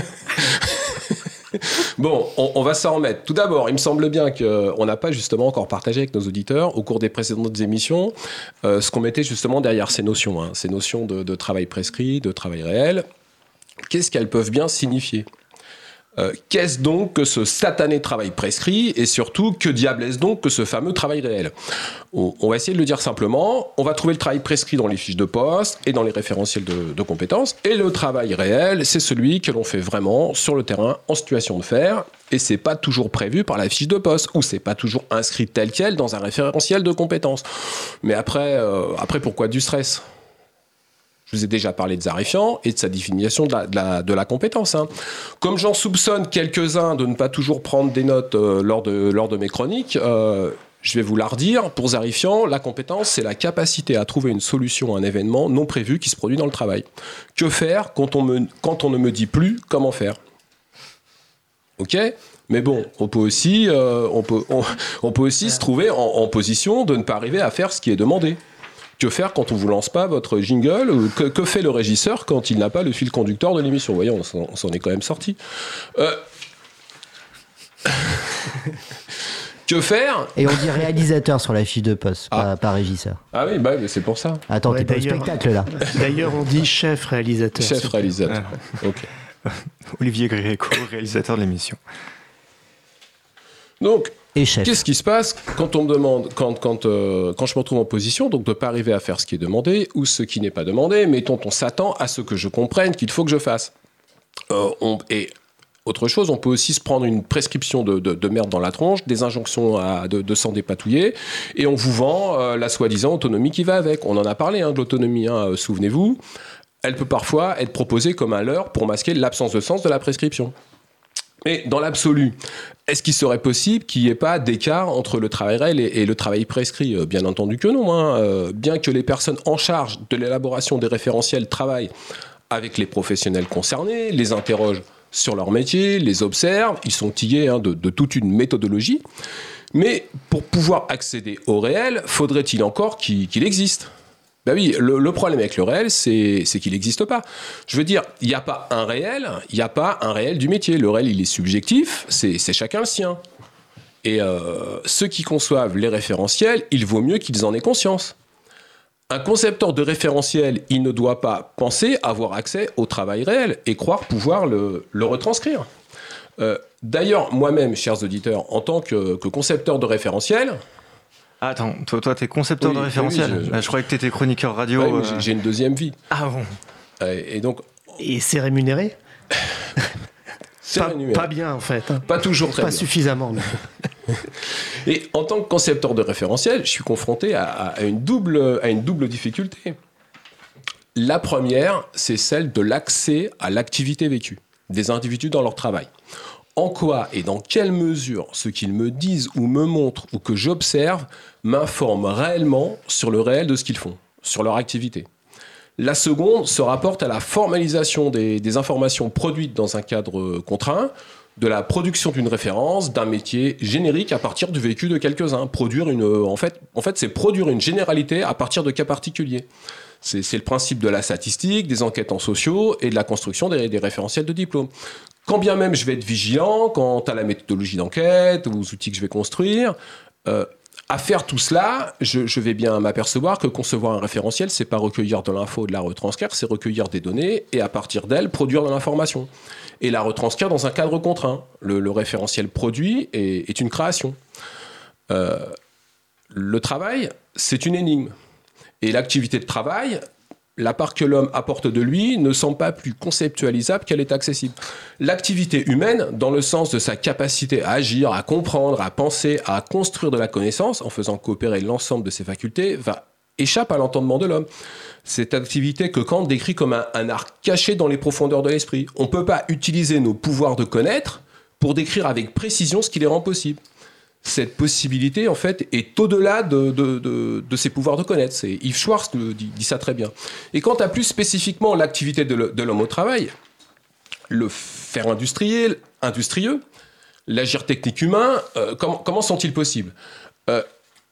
Bon, on, on va s'en remettre. Tout d'abord, il me semble bien qu'on n'a pas justement encore partagé avec nos auditeurs, au cours des précédentes émissions, euh, ce qu'on mettait justement derrière ces notions, hein, ces notions de, de travail prescrit, de travail réel. Qu'est-ce qu'elles peuvent bien signifier ? euh, Qu'est-ce donc que ce satané travail prescrit ? Et surtout, que diable est-ce donc que ce fameux travail réel ? on, on va essayer de le dire simplement. On va trouver le travail prescrit dans les fiches de poste et dans les référentiels de, de compétences. Et le travail réel, c'est celui que l'on fait vraiment sur le terrain en situation de faire. Et c'est pas toujours prévu par la fiche de poste, ou c'est pas toujours inscrit tel quel dans un référentiel de compétences. Mais après, euh, après pourquoi du stress ? Je vous ai déjà parlé de Zarifian et de sa définition de la, de la, de la compétence. Hein. Comme j'en soupçonne quelques-uns de ne pas toujours prendre des notes euh, lors, de, lors de mes chroniques, euh, je vais vous la redire. Pour Zarifian, la compétence, c'est la capacité à trouver une solution à un événement non prévu qui se produit dans le travail. Que faire quand on, me, quand on ne me dit plus comment faire ? Ok ? Mais bon, on peut aussi, euh, on peut, on, on peut aussi se trouver en, en position de ne pas arriver à faire ce qui est demandé. Que faire quand on ne vous lance pas votre jingle ? Ou que, que fait le régisseur quand il n'a pas le fil conducteur de l'émission ? Vous voyez, on s'en, on s'en est quand même sorti. Euh... que faire ? Et on dit réalisateur sur la fiche de poste, ah. pas, pas régisseur. Ah oui, bah, mais c'est pour ça. Attends, ouais, t'es pas au spectacle là. D'ailleurs, on dit chef réalisateur. Chef réalisateur, ah. Ok. Olivier Gréco, réalisateur de l'émission. Donc, et chef. Qu'est-ce qui se passe quand on me demande, quand, quand, euh, quand je me retrouve en position, donc de ne pas arriver à faire ce qui est demandé ou ce qui n'est pas demandé, mettons, on s'attend à ce que je comprenne qu'il faut que je fasse. Euh, on, et autre chose, on peut aussi se prendre une prescription de, de, de merde dans la tronche, des injonctions à, de, de s'en dépatouiller, et on vous vend euh, la soi-disant autonomie qui va avec. On en a parlé hein, de l'autonomie, hein, euh, souvenez-vous. Elle peut parfois être proposée comme un leurre pour masquer l'absence de sens de la prescription. Mais dans l'absolu, est-ce qu'il serait possible qu'il n'y ait pas d'écart entre le travail réel et, et le travail prescrit ? Bien entendu que non. Hein. Euh, bien que les personnes en charge de l'élaboration des référentiels travaillent avec les professionnels concernés, les interrogent sur leur métier, les observent, ils sont tillés hein, de, de toute une méthodologie. Mais pour pouvoir accéder au réel, faudrait-il encore qu'il, qu'il existe ? Ben oui, le, le problème avec le réel, c'est, c'est qu'il n'existe pas. Je veux dire, il n'y a pas un réel, il n'y a pas un réel du métier. Le réel, il est subjectif, c'est, c'est chacun le sien. Et euh, ceux qui conçoivent les référentiels, il vaut mieux qu'ils en aient conscience. Un concepteur de référentiel, il ne doit pas penser avoir accès au travail réel et croire pouvoir le, le retranscrire. Euh, d'ailleurs, moi-même, chers auditeurs, en tant que, que concepteur de référentiel... Attends, toi, toi t'es concepteur oui, de référentiel. Oui, je, je... Bah, je croyais que t'étais chroniqueur radio. Ouais, euh... j'ai, j'ai une deuxième vie. Ah bon. Euh, et donc. Et c'est rémunéré. C'est pas, rémunéré. Pas bien en fait. Hein. Pas toujours très pas bien. Pas suffisamment. Mais... Et en tant que concepteur de référentiel, je suis confronté à, à, une double, à une double difficulté. La première, c'est celle de l'accès à l'activité vécue des individus dans leur travail. En quoi et dans quelle mesure ce qu'ils me disent ou me montrent ou que j'observe m'informe réellement sur le réel de ce qu'ils font, sur leur activité. La seconde se rapporte à la formalisation des, des informations produites dans un cadre contraint, de la production d'une référence, d'un métier générique à partir du vécu de quelques-uns. Produire une, en fait, en fait, c'est produire une généralité à partir de cas particuliers. C'est, c'est le principe de la statistique, des enquêtes en sociaux et de la construction des, des référentiels de diplôme. Quand bien même je vais être vigilant quant à la méthodologie d'enquête, aux outils que je vais construire, euh, à faire tout cela, je, je vais bien m'apercevoir que concevoir un référentiel, c'est pas recueillir de l'info et de la retranscrire, c'est recueillir des données et à partir d'elles, produire de l'information et la retranscrire dans un cadre contraint. Le, le référentiel produit est, est une création. Euh, le travail, c'est une énigme. Et l'activité de travail, la part que l'homme apporte de lui ne semble pas plus conceptualisable qu'elle est accessible. L'activité humaine, dans le sens de sa capacité à agir, à comprendre, à penser, à construire de la connaissance, en faisant coopérer l'ensemble de ses facultés, va échappe à l'entendement de l'homme. Cette activité que Kant décrit comme un, un art caché dans les profondeurs de l'esprit. On ne peut pas utiliser nos pouvoirs de connaître pour décrire avec précision ce qui les rend possibles. Cette possibilité, en fait, est au-delà de, de, de, de ses pouvoirs de connaître. C'est Yves Schwartz le dit, dit ça très bien. Et quant à plus spécifiquement l'activité de, le, de l'homme au travail, le faire industriel, industrieux, l'agir technique humain, euh, comment, comment sont-ils possibles ? euh,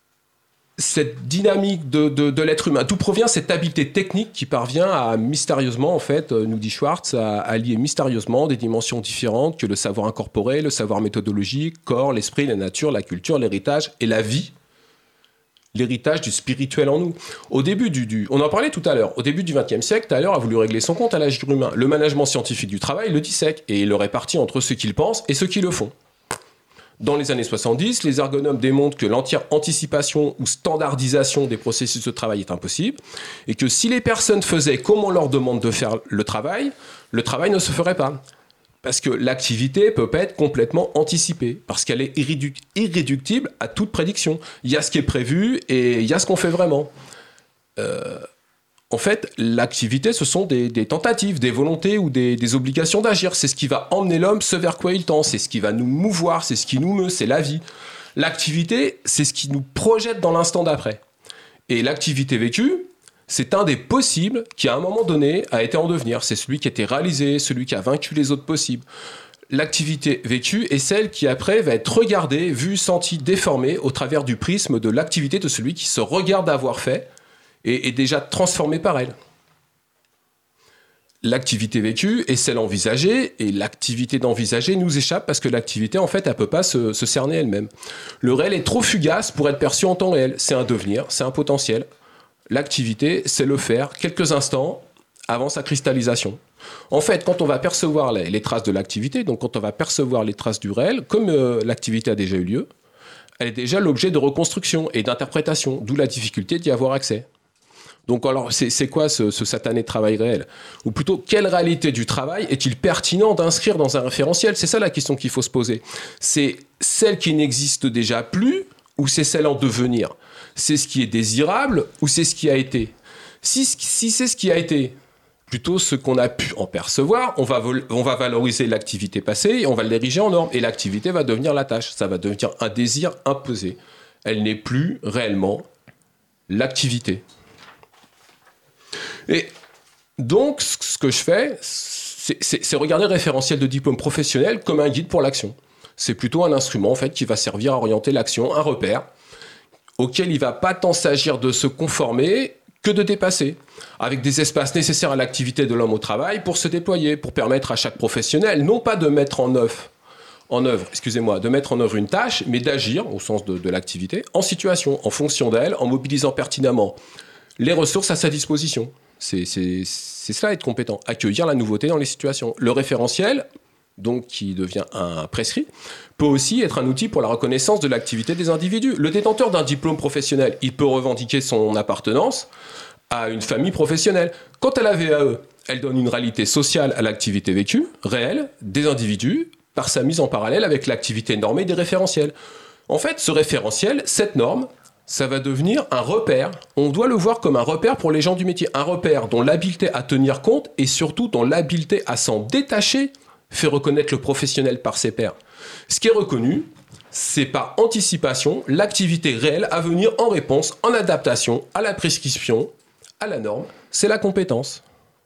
Cette dynamique de, de, de l'être humain, d'où provient cette habileté technique qui parvient à mystérieusement, en fait, nous dit Schwartz, à, à lier mystérieusement des dimensions différentes que le savoir incorporé, le savoir méthodologique, corps, l'esprit, la nature, la culture, l'héritage et la vie. L'héritage du spirituel en nous. Au début du, du, on en parlait tout à l'heure, au début du vingtième siècle, Thaler a voulu régler son compte à l'agir humain. Le management scientifique du travail le dissèque et il le répartit entre ceux qui le pensent et ceux qui le font. Dans les années soixante-dix, les ergonomes démontrent que l'entière anticipation ou standardisation des processus de travail est impossible et que si les personnes faisaient comme on leur demande de faire le travail, le travail ne se ferait pas. Parce que l'activité ne peut pas être complètement anticipée, parce qu'elle est irréduc- irréductible à toute prédiction. Il y a ce qui est prévu et il y a ce qu'on fait vraiment. Euh... En fait, l'activité, ce sont des, des tentatives, des volontés ou des, des obligations d'agir. C'est ce qui va emmener l'homme ce vers quoi il tend. C'est ce qui va nous mouvoir, c'est ce qui nous meut, c'est la vie. L'activité, c'est ce qui nous projette dans l'instant d'après. Et l'activité vécue, c'est un des possibles qui, à un moment donné, a été en devenir. C'est celui qui a été réalisé, celui qui a vaincu les autres possibles. L'activité vécue est celle qui, après, va être regardée, vue, sentie, déformée au travers du prisme de l'activité de celui qui se regarde avoir fait et est déjà transformée par elle. L'activité vécue est celle envisagée, et l'activité d'envisager nous échappe parce que l'activité, en fait, elle ne peut pas se, se cerner elle-même. Le réel est trop fugace pour être perçu en temps réel. C'est un devenir, c'est un potentiel. L'activité, c'est le faire quelques instants avant sa cristallisation. En fait, quand on va percevoir les, les traces de l'activité, donc quand on va percevoir les traces du réel, comme euh, l'activité a déjà eu lieu, elle est déjà l'objet de reconstruction et d'interprétation, d'où la difficulté d'y avoir accès. Donc alors, c'est, c'est quoi ce, ce satané travail réel ? Ou plutôt, quelle réalité du travail est-il pertinent d'inscrire dans un référentiel ? C'est ça la question qu'il faut se poser. C'est celle qui n'existe déjà plus ou c'est celle en devenir ? C'est ce qui est désirable ou c'est ce qui a été ? Si, si c'est ce qui a été, plutôt ce qu'on a pu en percevoir, on va, vol- on va valoriser l'activité passée et on va l'ériger en norme. Et l'activité va devenir la tâche. Ça va devenir un désir imposé. Elle n'est plus réellement l'activité. Et donc, ce que je fais, c'est, c'est, c'est regarder le référentiel de diplôme professionnel comme un guide pour l'action. C'est plutôt un instrument en fait, qui va servir à orienter l'action, un repère, auquel il ne va pas tant s'agir de se conformer que de dépasser, avec des espaces nécessaires à l'activité de l'homme au travail pour se déployer, pour permettre à chaque professionnel, non pas de mettre en œuvre, en œuvre, excusez-moi, de mettre en œuvre une tâche, mais d'agir, au sens de, de l'activité, en situation, en fonction d'elle, en mobilisant pertinemment les ressources à sa disposition. C'est, c'est, c'est cela être compétent, accueillir la nouveauté dans les situations. Le référentiel, donc qui devient un prescrit, peut aussi être un outil pour la reconnaissance de l'activité des individus. Le détenteur d'un diplôme professionnel, il peut revendiquer son appartenance à une famille professionnelle. Quant à la V A E, elle donne une réalité sociale à l'activité vécue, réelle, des individus, par sa mise en parallèle avec l'activité normée des référentiels. En fait, ce référentiel, cette norme, ça va devenir un repère. On doit le voir comme un repère pour les gens du métier. Un repère dont l'habileté à tenir compte et surtout dont l'habileté à s'en détacher fait reconnaître le professionnel par ses pairs. Ce qui est reconnu, c'est par anticipation l'activité réelle à venir en réponse, en adaptation à la prescription, à la norme. C'est la compétence.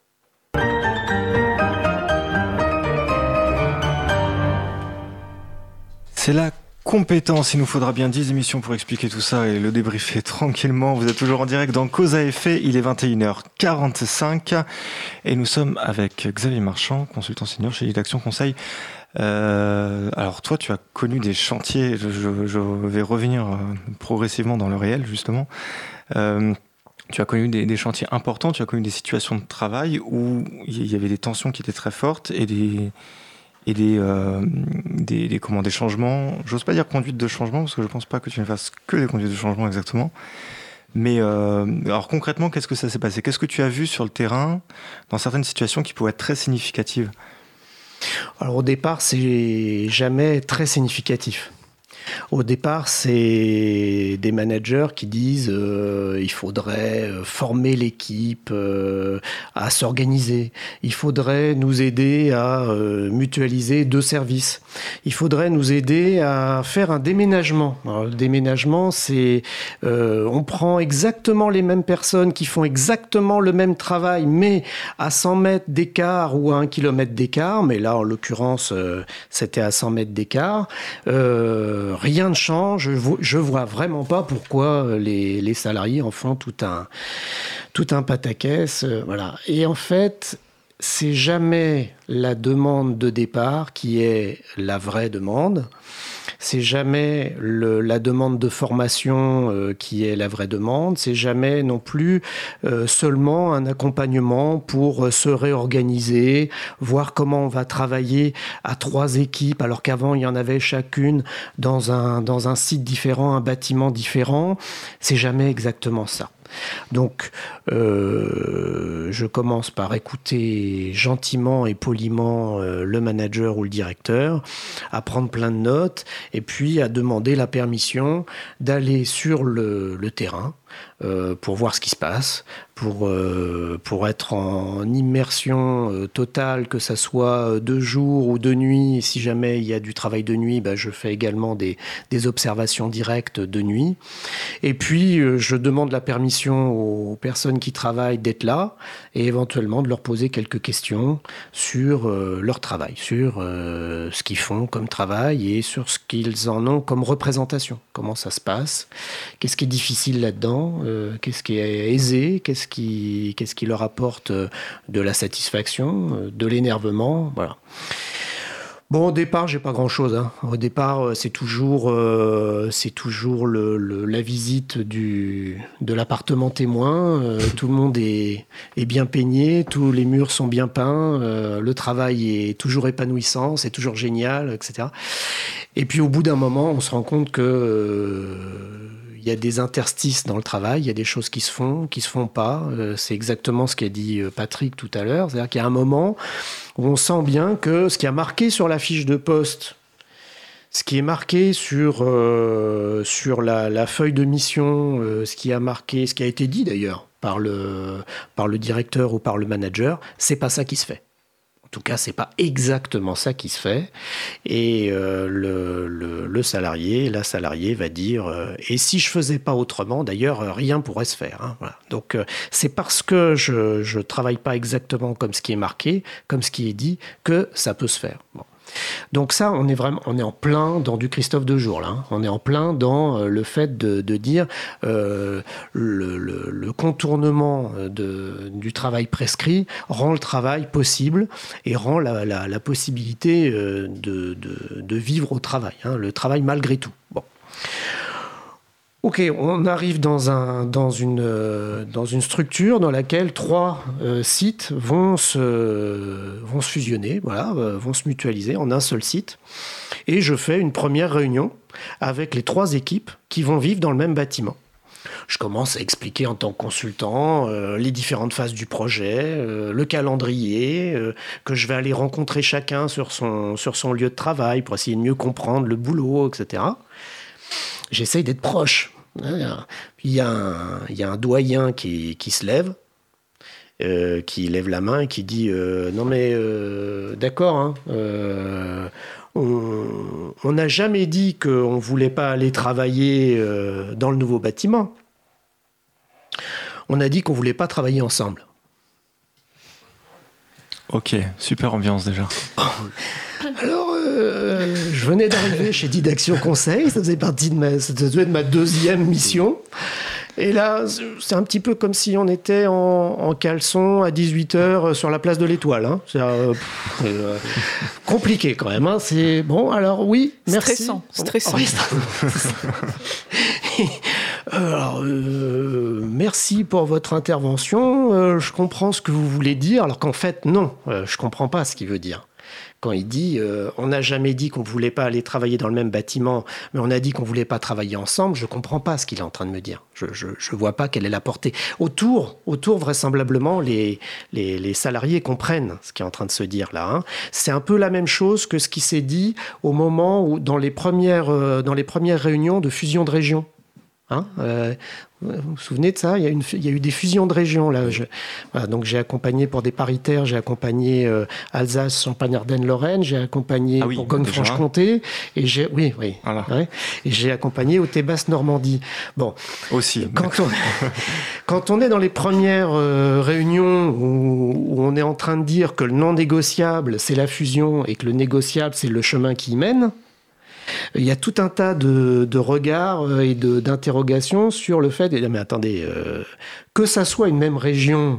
C'est la compétence. Il nous faudra bien dix émissions pour expliquer tout ça et le débriefer tranquillement. Vous êtes toujours en direct dans Cause à effet. Il est vingt et une heures quarante-cinq et nous sommes avec Xavier Marchand, consultant senior chez Action Conseil. Euh, alors toi, tu as connu des chantiers. Je, je, je vais revenir euh, progressivement dans le réel, justement. Euh, tu as connu des, des chantiers importants. Tu as connu des situations de travail où il y avait des tensions qui étaient très fortes et des et des, euh, des, des, comment, des changements. J'ose pas dire conduite de changement, parce que je pense pas que tu ne fasses que des conduites de changement exactement. Mais euh, alors concrètement, qu'est-ce que ça s'est passé ? Qu'est-ce que tu as vu sur le terrain dans certaines situations qui pourraient être très significatives ? Alors au départ, c'est jamais très significatif. Au départ, c'est des managers qui disent euh, il faudrait former l'équipe euh, à s'organiser. Il faudrait nous aider à euh, mutualiser deux services. Il faudrait nous aider à faire un déménagement. Alors, le déménagement, c'est euh, on prend exactement les mêmes personnes qui font exactement le même travail, mais à cent mètres d'écart ou à un kilomètre d'écart. Mais là, en l'occurrence, euh, c'était à cent mètres d'écart. Euh, Rien ne change, je vois vraiment pas pourquoi les, les salariés en font tout un, tout un pataquès. Euh, voilà. Et en fait, c'est jamais la demande de départ qui est la vraie demande. C'est jamais le, la demande de formation euh, qui est la vraie demande. C'est jamais non plus euh, seulement un accompagnement pour euh, se réorganiser, voir comment on va travailler à trois équipes, alors qu'avant il y en avait chacune dans un, dans un site différent, un bâtiment différent. C'est jamais exactement ça. Donc, euh, je commence par écouter gentiment et poliment euh, le manager ou le directeur, à prendre plein de notes, et puis à demander la permission d'aller sur le, le terrain euh, pour voir ce qui se passe, pour, euh, pour être en immersion euh, totale, que ça soit de jour ou de nuit. Si jamais il y a du travail de nuit, bah, je fais également des, des observations directes de nuit. Et puis, euh, je demande la permission aux personnes qui travaillent d'être là et éventuellement de leur poser quelques questions sur euh, leur travail, sur euh, ce qu'ils font comme travail et sur ce qu'ils en ont comme représentation. Comment ça se passe ? Qu'est-ce qui est difficile là-dedans ? euh, Qu'est-ce qui est aisé ? Qu'est-ce qui, qu'est-ce qui leur apporte de la satisfaction, de l'énervement ? Voilà. Bon, au départ, j'ai pas grand-chose. Hein. Au départ, c'est toujours, euh, c'est toujours le, le, la visite du, de l'appartement témoin. Euh, tout le monde est, est bien peigné, tous les murs sont bien peints, euh, le travail est toujours épanouissant, c'est toujours génial, et cetera. Et puis, au bout d'un moment, on se rend compte que euh, il y a des interstices dans le travail, il y a des choses qui se font, qui se font pas. Euh, c'est exactement ce qu'a dit Patrick tout à l'heure. C'est-à-dire qu'il y a un moment où on sent bien que ce qui a marqué sur la fiche de poste, ce qui est marqué sur, euh, sur la, la feuille de mission, euh, ce qui a marqué, ce qui a été dit d'ailleurs par le, par le directeur ou par le manager, c'est pas ça qui se fait. En tout cas, c'est pas exactement ça qui se fait. Et euh, le, le, le salarié, la salariée va dire euh, « et si je faisais pas autrement, d'ailleurs, rien pourrait se faire. Hein, ». Voilà. Donc, euh, c'est parce que je je travaille pas exactement comme ce qui est marqué, comme ce qui est dit, que ça peut se faire. Bon. Donc ça, on est vraiment, on est en plein dans du Christophe Dejour là. Hein. On est en plein dans euh, le fait de, de dire euh, le, le, le contournement de, du travail prescrit rend le travail possible et rend la, la, la possibilité euh, de, de, de vivre au travail. Hein. Le travail malgré tout. Bon. Ok, on arrive dans, un, dans, une, euh, dans une structure dans laquelle trois euh, sites vont se, vont se fusionner, voilà, euh, vont se mutualiser en un seul site. Et je fais une première réunion avec les trois équipes qui vont vivre dans le même bâtiment. Je commence à expliquer en tant que consultant euh, les différentes phases du projet, euh, le calendrier, euh, que je vais aller rencontrer chacun sur son, sur son lieu de travail pour essayer de mieux comprendre le boulot, et cetera. J'essaye d'être proche. Il y a un, il y a un doyen qui, qui se lève, euh, qui lève la main et qui dit euh, non mais euh, d'accord, hein, euh, on n'a jamais dit qu'on ne voulait pas aller travailler euh, dans le nouveau bâtiment. On a dit qu'on ne voulait pas travailler ensemble. Ok, super ambiance déjà. Alors, euh, je venais d'arriver chez Didaction Conseil, ça faisait partie de ma, ça devait être ma deuxième mission. Et là, c'est un petit peu comme si on était en, en caleçon à dix-huit heures sur la place de l'Étoile. Hein. C'est euh, pff, euh, compliqué quand même. Hein. C'est bon. Alors oui, merci. Stressant, stressant. Alors, euh, merci pour votre intervention. Euh, je comprends ce que vous voulez dire, alors qu'en fait, non, euh, je comprends pas ce qu'il veut dire. Quand il dit euh, on n'a jamais dit qu'on ne voulait pas aller travailler dans le même bâtiment, mais on a dit qu'on ne voulait pas travailler ensemble, je ne comprends pas ce qu'il est en train de me dire. Je ne vois pas quelle est la portée. Autour, autour vraisemblablement, les, les, les salariés comprennent ce qui est en train de se dire là. Hein. C'est un peu la même chose que ce qui s'est dit au moment où, dans les premières, euh, dans les premières réunions de fusion de régions. Hein, euh, vous vous souvenez de ça ? Il y a, une, il y a eu des fusions de régions. Là. Je, voilà, donc j'ai accompagné pour des paritaires, j'ai accompagné euh, Alsace, Champagne-Ardenne, Lorraine, j'ai accompagné ah oui, Bourgogne-Franche-Comté, et j'ai, oui, oui, voilà. ouais, et j'ai accompagné au Basse Normandie. Bon, aussi. Quand on, quand on est dans les premières euh, réunions où, où on est en train de dire que le non négociable c'est la fusion et que le négociable c'est le chemin qui y mène. Il y a tout un tas de, de regards et de, d'interrogations sur le fait, mais attendez, euh, que ça soit une même région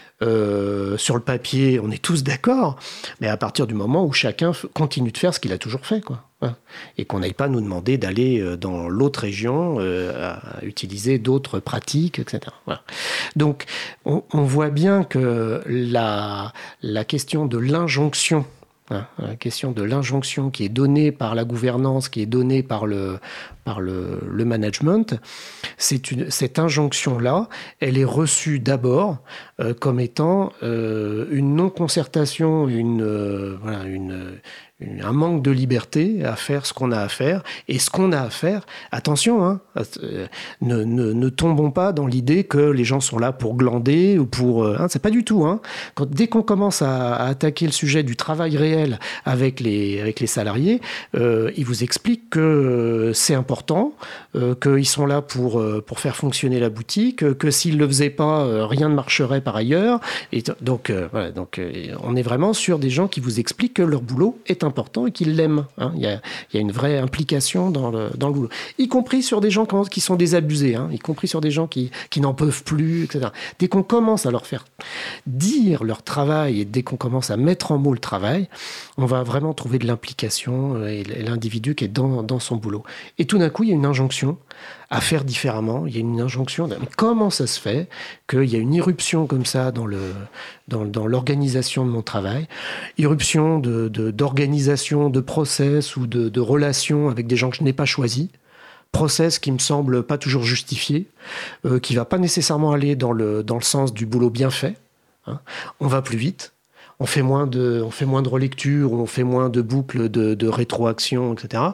euh, sur le papier, on est tous d'accord, mais à partir du moment où chacun f- continue de faire ce qu'il a toujours fait, quoi, hein, et qu'on n'aille pas nous demander d'aller dans l'autre région euh, à utiliser d'autres pratiques, et cetera. Voilà. Donc, on, on voit bien que la, la question de l'injonction, Hein, la question de l'injonction qui est donnée par la gouvernance, qui est donnée par le, par le, le management, c'est une, cette injonction-là, elle est reçue d'abord euh, comme étant euh, une non-concertation, une, euh, voilà, une, une, un manque de liberté à faire ce qu'on a à faire. Et ce qu'on a à faire, attention, hein, euh, ne, ne, ne tombons pas dans l'idée que les gens sont là pour glander ou pour... Euh, hein, c'est pas du tout. Hein. Quand, dès qu'on commence à, à attaquer le sujet du travail réel avec les, avec les salariés, euh, ils vous expliquent que euh, c'est important, euh, qu'ils sont là pour, euh, pour faire fonctionner la boutique, euh, que s'ils ne le faisaient pas, euh, rien ne marcherait par ailleurs. Et t- donc, euh, voilà, donc euh, on est vraiment sur des gens qui vous expliquent que leur boulot est important et qu'ils l'aiment. Hein. Il y a, il y a une vraie implication dans le, dans le boulot. Y compris sur des gens qui sont désabusés, hein, y compris sur des gens qui, qui n'en peuvent plus, et cetera. Dès qu'on commence à leur faire dire leur travail et dès qu'on commence à mettre en mots le travail, on va vraiment trouver de l'implication et l'individu qui est dans, dans son boulot. Et tout d'un coup, il y a une injonction à faire différemment. Il y a une injonction. De... Comment ça se fait qu'il y a une irruption comme ça dans, le, dans, dans l'organisation de mon travail, irruption de, de, d'organisation, de process ou de, de relations avec des gens que je n'ai pas choisis, process qui me semble pas toujours justifié, euh, qui va pas nécessairement aller dans le, dans le sens du boulot bien fait. Hein. On va plus vite. On fait moins de, on fait moins de relecture, on fait moins de boucles de, de rétroaction, et cetera.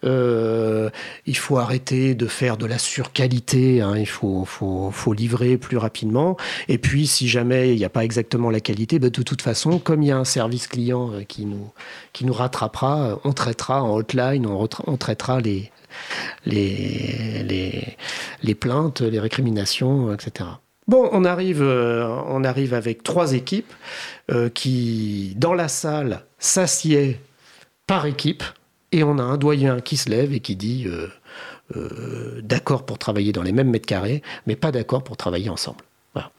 Euh, il faut arrêter de faire de la surqualité. Hein, il faut, faut, faut livrer plus rapidement. Et puis, si jamais il n'y a pas exactement la qualité, ben de toute façon, comme il y a un service client qui nous, qui nous rattrapera, on traitera en hotline, on, retra- on traitera les, les, les, les plaintes, les récriminations, et cetera. Bon, on arrive, euh, on arrive avec trois équipes euh, qui, dans la salle, s'assied par équipe, et on a un doyen qui se lève et qui dit euh, euh, d'accord pour travailler dans les mêmes mètres carrés, mais pas d'accord pour travailler ensemble. Voilà.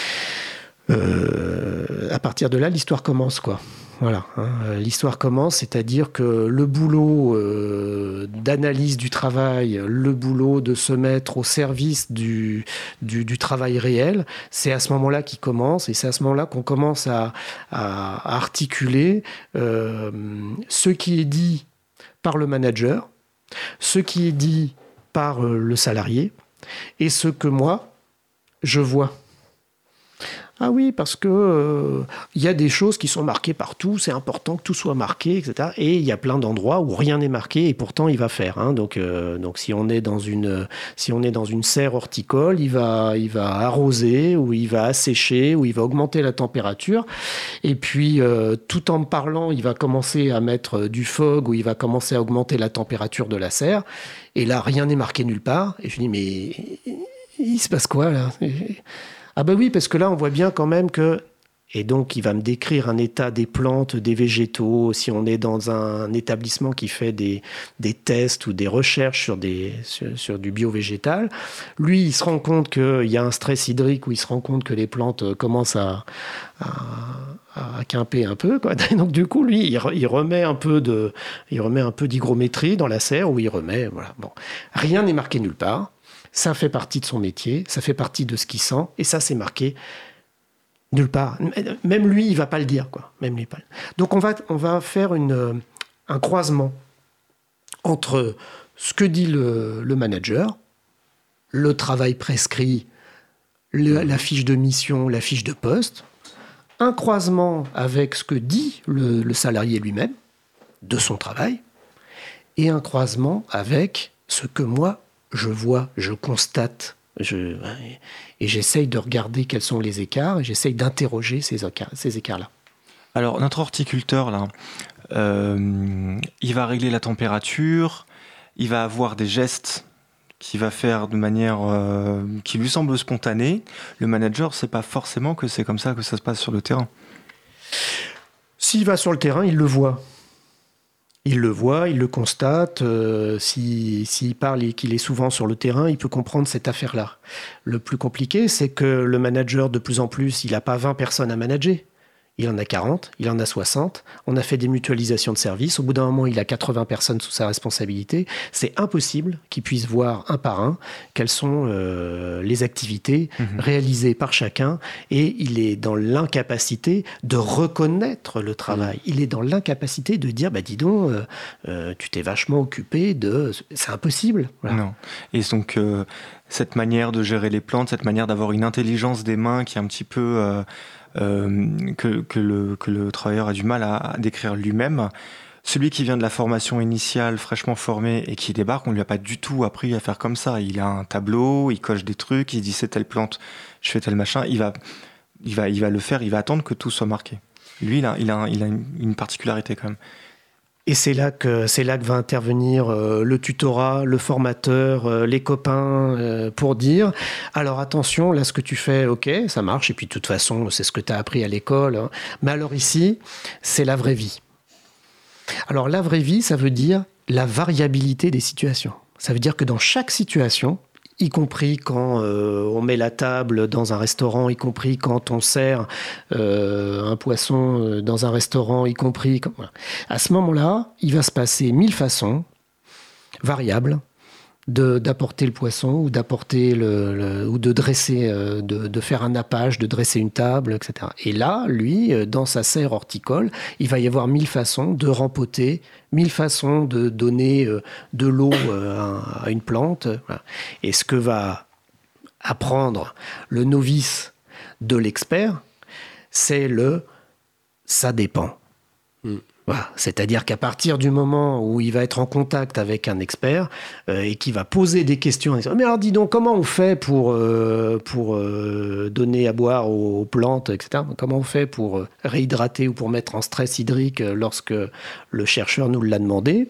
Euh, à partir de là, l'histoire commence, quoi. Voilà, hein, l'histoire commence, c'est-à-dire que le boulot euh, d'analyse du travail, le boulot de se mettre au service du, du, du travail réel, c'est à ce moment-là qu'il commence, et c'est à ce moment-là qu'on commence à, à, à articuler euh, ce qui est dit par le manager, ce qui est dit par euh, le salarié, et ce que moi, je vois. Ah oui, parce que euh, y a des choses qui sont marquées partout, c'est important que tout soit marqué, et cetera. Et il y a plein d'endroits où rien n'est marqué et pourtant il va faire. Hein. Donc, euh, donc si on est dans une si on est dans une serre horticole, il va il va arroser ou il va assécher ou il va augmenter la température. Et puis euh, tout en me parlant, il va commencer à mettre du fog ou il va commencer à augmenter la température de la serre. Et là, rien n'est marqué nulle part. Et je dis mais il se passe quoi là? Ah ben oui, parce que là, on voit bien quand même que... Et donc, il va me décrire un état des plantes, des végétaux, si on est dans un établissement qui fait des, des tests ou des recherches sur, des, sur, sur du bio-végétal. Lui, il se rend compte qu'il y a un stress hydrique, où il se rend compte que les plantes commencent à, à, à quimper un peu, quoi. Donc, du coup, lui, il, re, il remet un peu de, il remet un peu d'hygrométrie dans la serre, où il remet... Voilà, bon. Rien n'est marqué nulle part. Ça fait partie de son métier, ça fait partie de ce qu'il sent, et ça, c'est marqué nulle part. Même lui, il ne va pas le dire, quoi. Même lui, pas. Donc, on va, on va faire une, un croisement entre ce que dit le, le manager, le travail prescrit, le, la fiche de mission, la fiche de poste, un croisement avec ce que dit le, le salarié lui-même de son travail, et un croisement avec ce que moi, je vois, je constate, je, et j'essaye de regarder quels sont les écarts, et j'essaye d'interroger ces, écarts, ces écarts-là. Alors, notre horticulteur, là, euh, il va régler la température, il va avoir des gestes qu'il va faire de manière euh, qui lui semble spontanée. Le manager, c'est pas forcément que c'est comme ça que ça se passe sur le terrain. S'il va sur le terrain, il le voit. Il le voit, il le constate. Euh, si, s'il parle et qu'il est souvent sur le terrain, il peut comprendre cette affaire-là. Le plus compliqué, c'est que le manager, de plus en plus, il n'a pas vingt personnes à manager. Il en a quarante, il en a soixante. On a fait des mutualisations de services. Au bout d'un moment, il a quatre-vingts personnes sous sa responsabilité. C'est impossible qu'il puisse voir un par un quelles sont euh, les activités mmh. réalisées par chacun. Et il est dans l'incapacité de reconnaître le travail. Mmh. Il est dans l'incapacité de dire, bah, dis donc, euh, euh, tu t'es vachement occupé de... C'est impossible. Voilà. Non. Et donc, euh, cette manière de gérer les plantes, cette manière d'avoir une intelligence des mains qui est un petit peu... Euh, Euh, que, que, le, que le travailleur a du mal à, à décrire lui-même. Celui qui vient de la formation initiale, fraîchement formé, et qui débarque, on lui a pas du tout appris à faire comme ça. Il a un tableau, il coche des trucs, il dit c'est telle plante, je fais tel machin. Il va, il va, il va le faire, il va attendre que tout soit marqué. Lui, il a, il a, il a une, une particularité quand même. Et c'est là que, c'est là que va intervenir euh, le tutorat, le formateur, euh, les copains, euh, pour dire « Alors attention, là ce que tu fais, ok, ça marche, et puis de toute façon, c'est ce que tu as appris à l'école. Hein. Mais alors ici, c'est la vraie vie. » Alors la vraie vie, ça veut dire la variabilité des situations. Ça veut dire que dans chaque situation, y compris quand euh, on met la table dans un restaurant, y compris quand on sert euh, un poisson dans un restaurant, y compris... Quand... Voilà. À ce moment-là, il va se passer mille façons variables de, d'apporter le poisson ou d'apporter le, le, ou de dresser, euh, de, de faire un nappage, de dresser une table, et cetera. Et là, lui, dans sa serre horticole, il va y avoir mille façons de rempoter, mille façons de donner euh, de l'eau euh, à une plante. Voilà. Et ce que va apprendre le novice de l'expert, c'est le « ça dépend mm. ». Voilà. C'est-à-dire qu'à partir du moment où il va être en contact avec un expert euh, et qu'il va poser des questions, mais alors dis donc, comment on fait pour, euh, pour euh, donner à boire aux, aux plantes, et cetera. Comment on fait pour euh, réhydrater ou pour mettre en stress hydrique euh, lorsque le chercheur nous l'a demandé?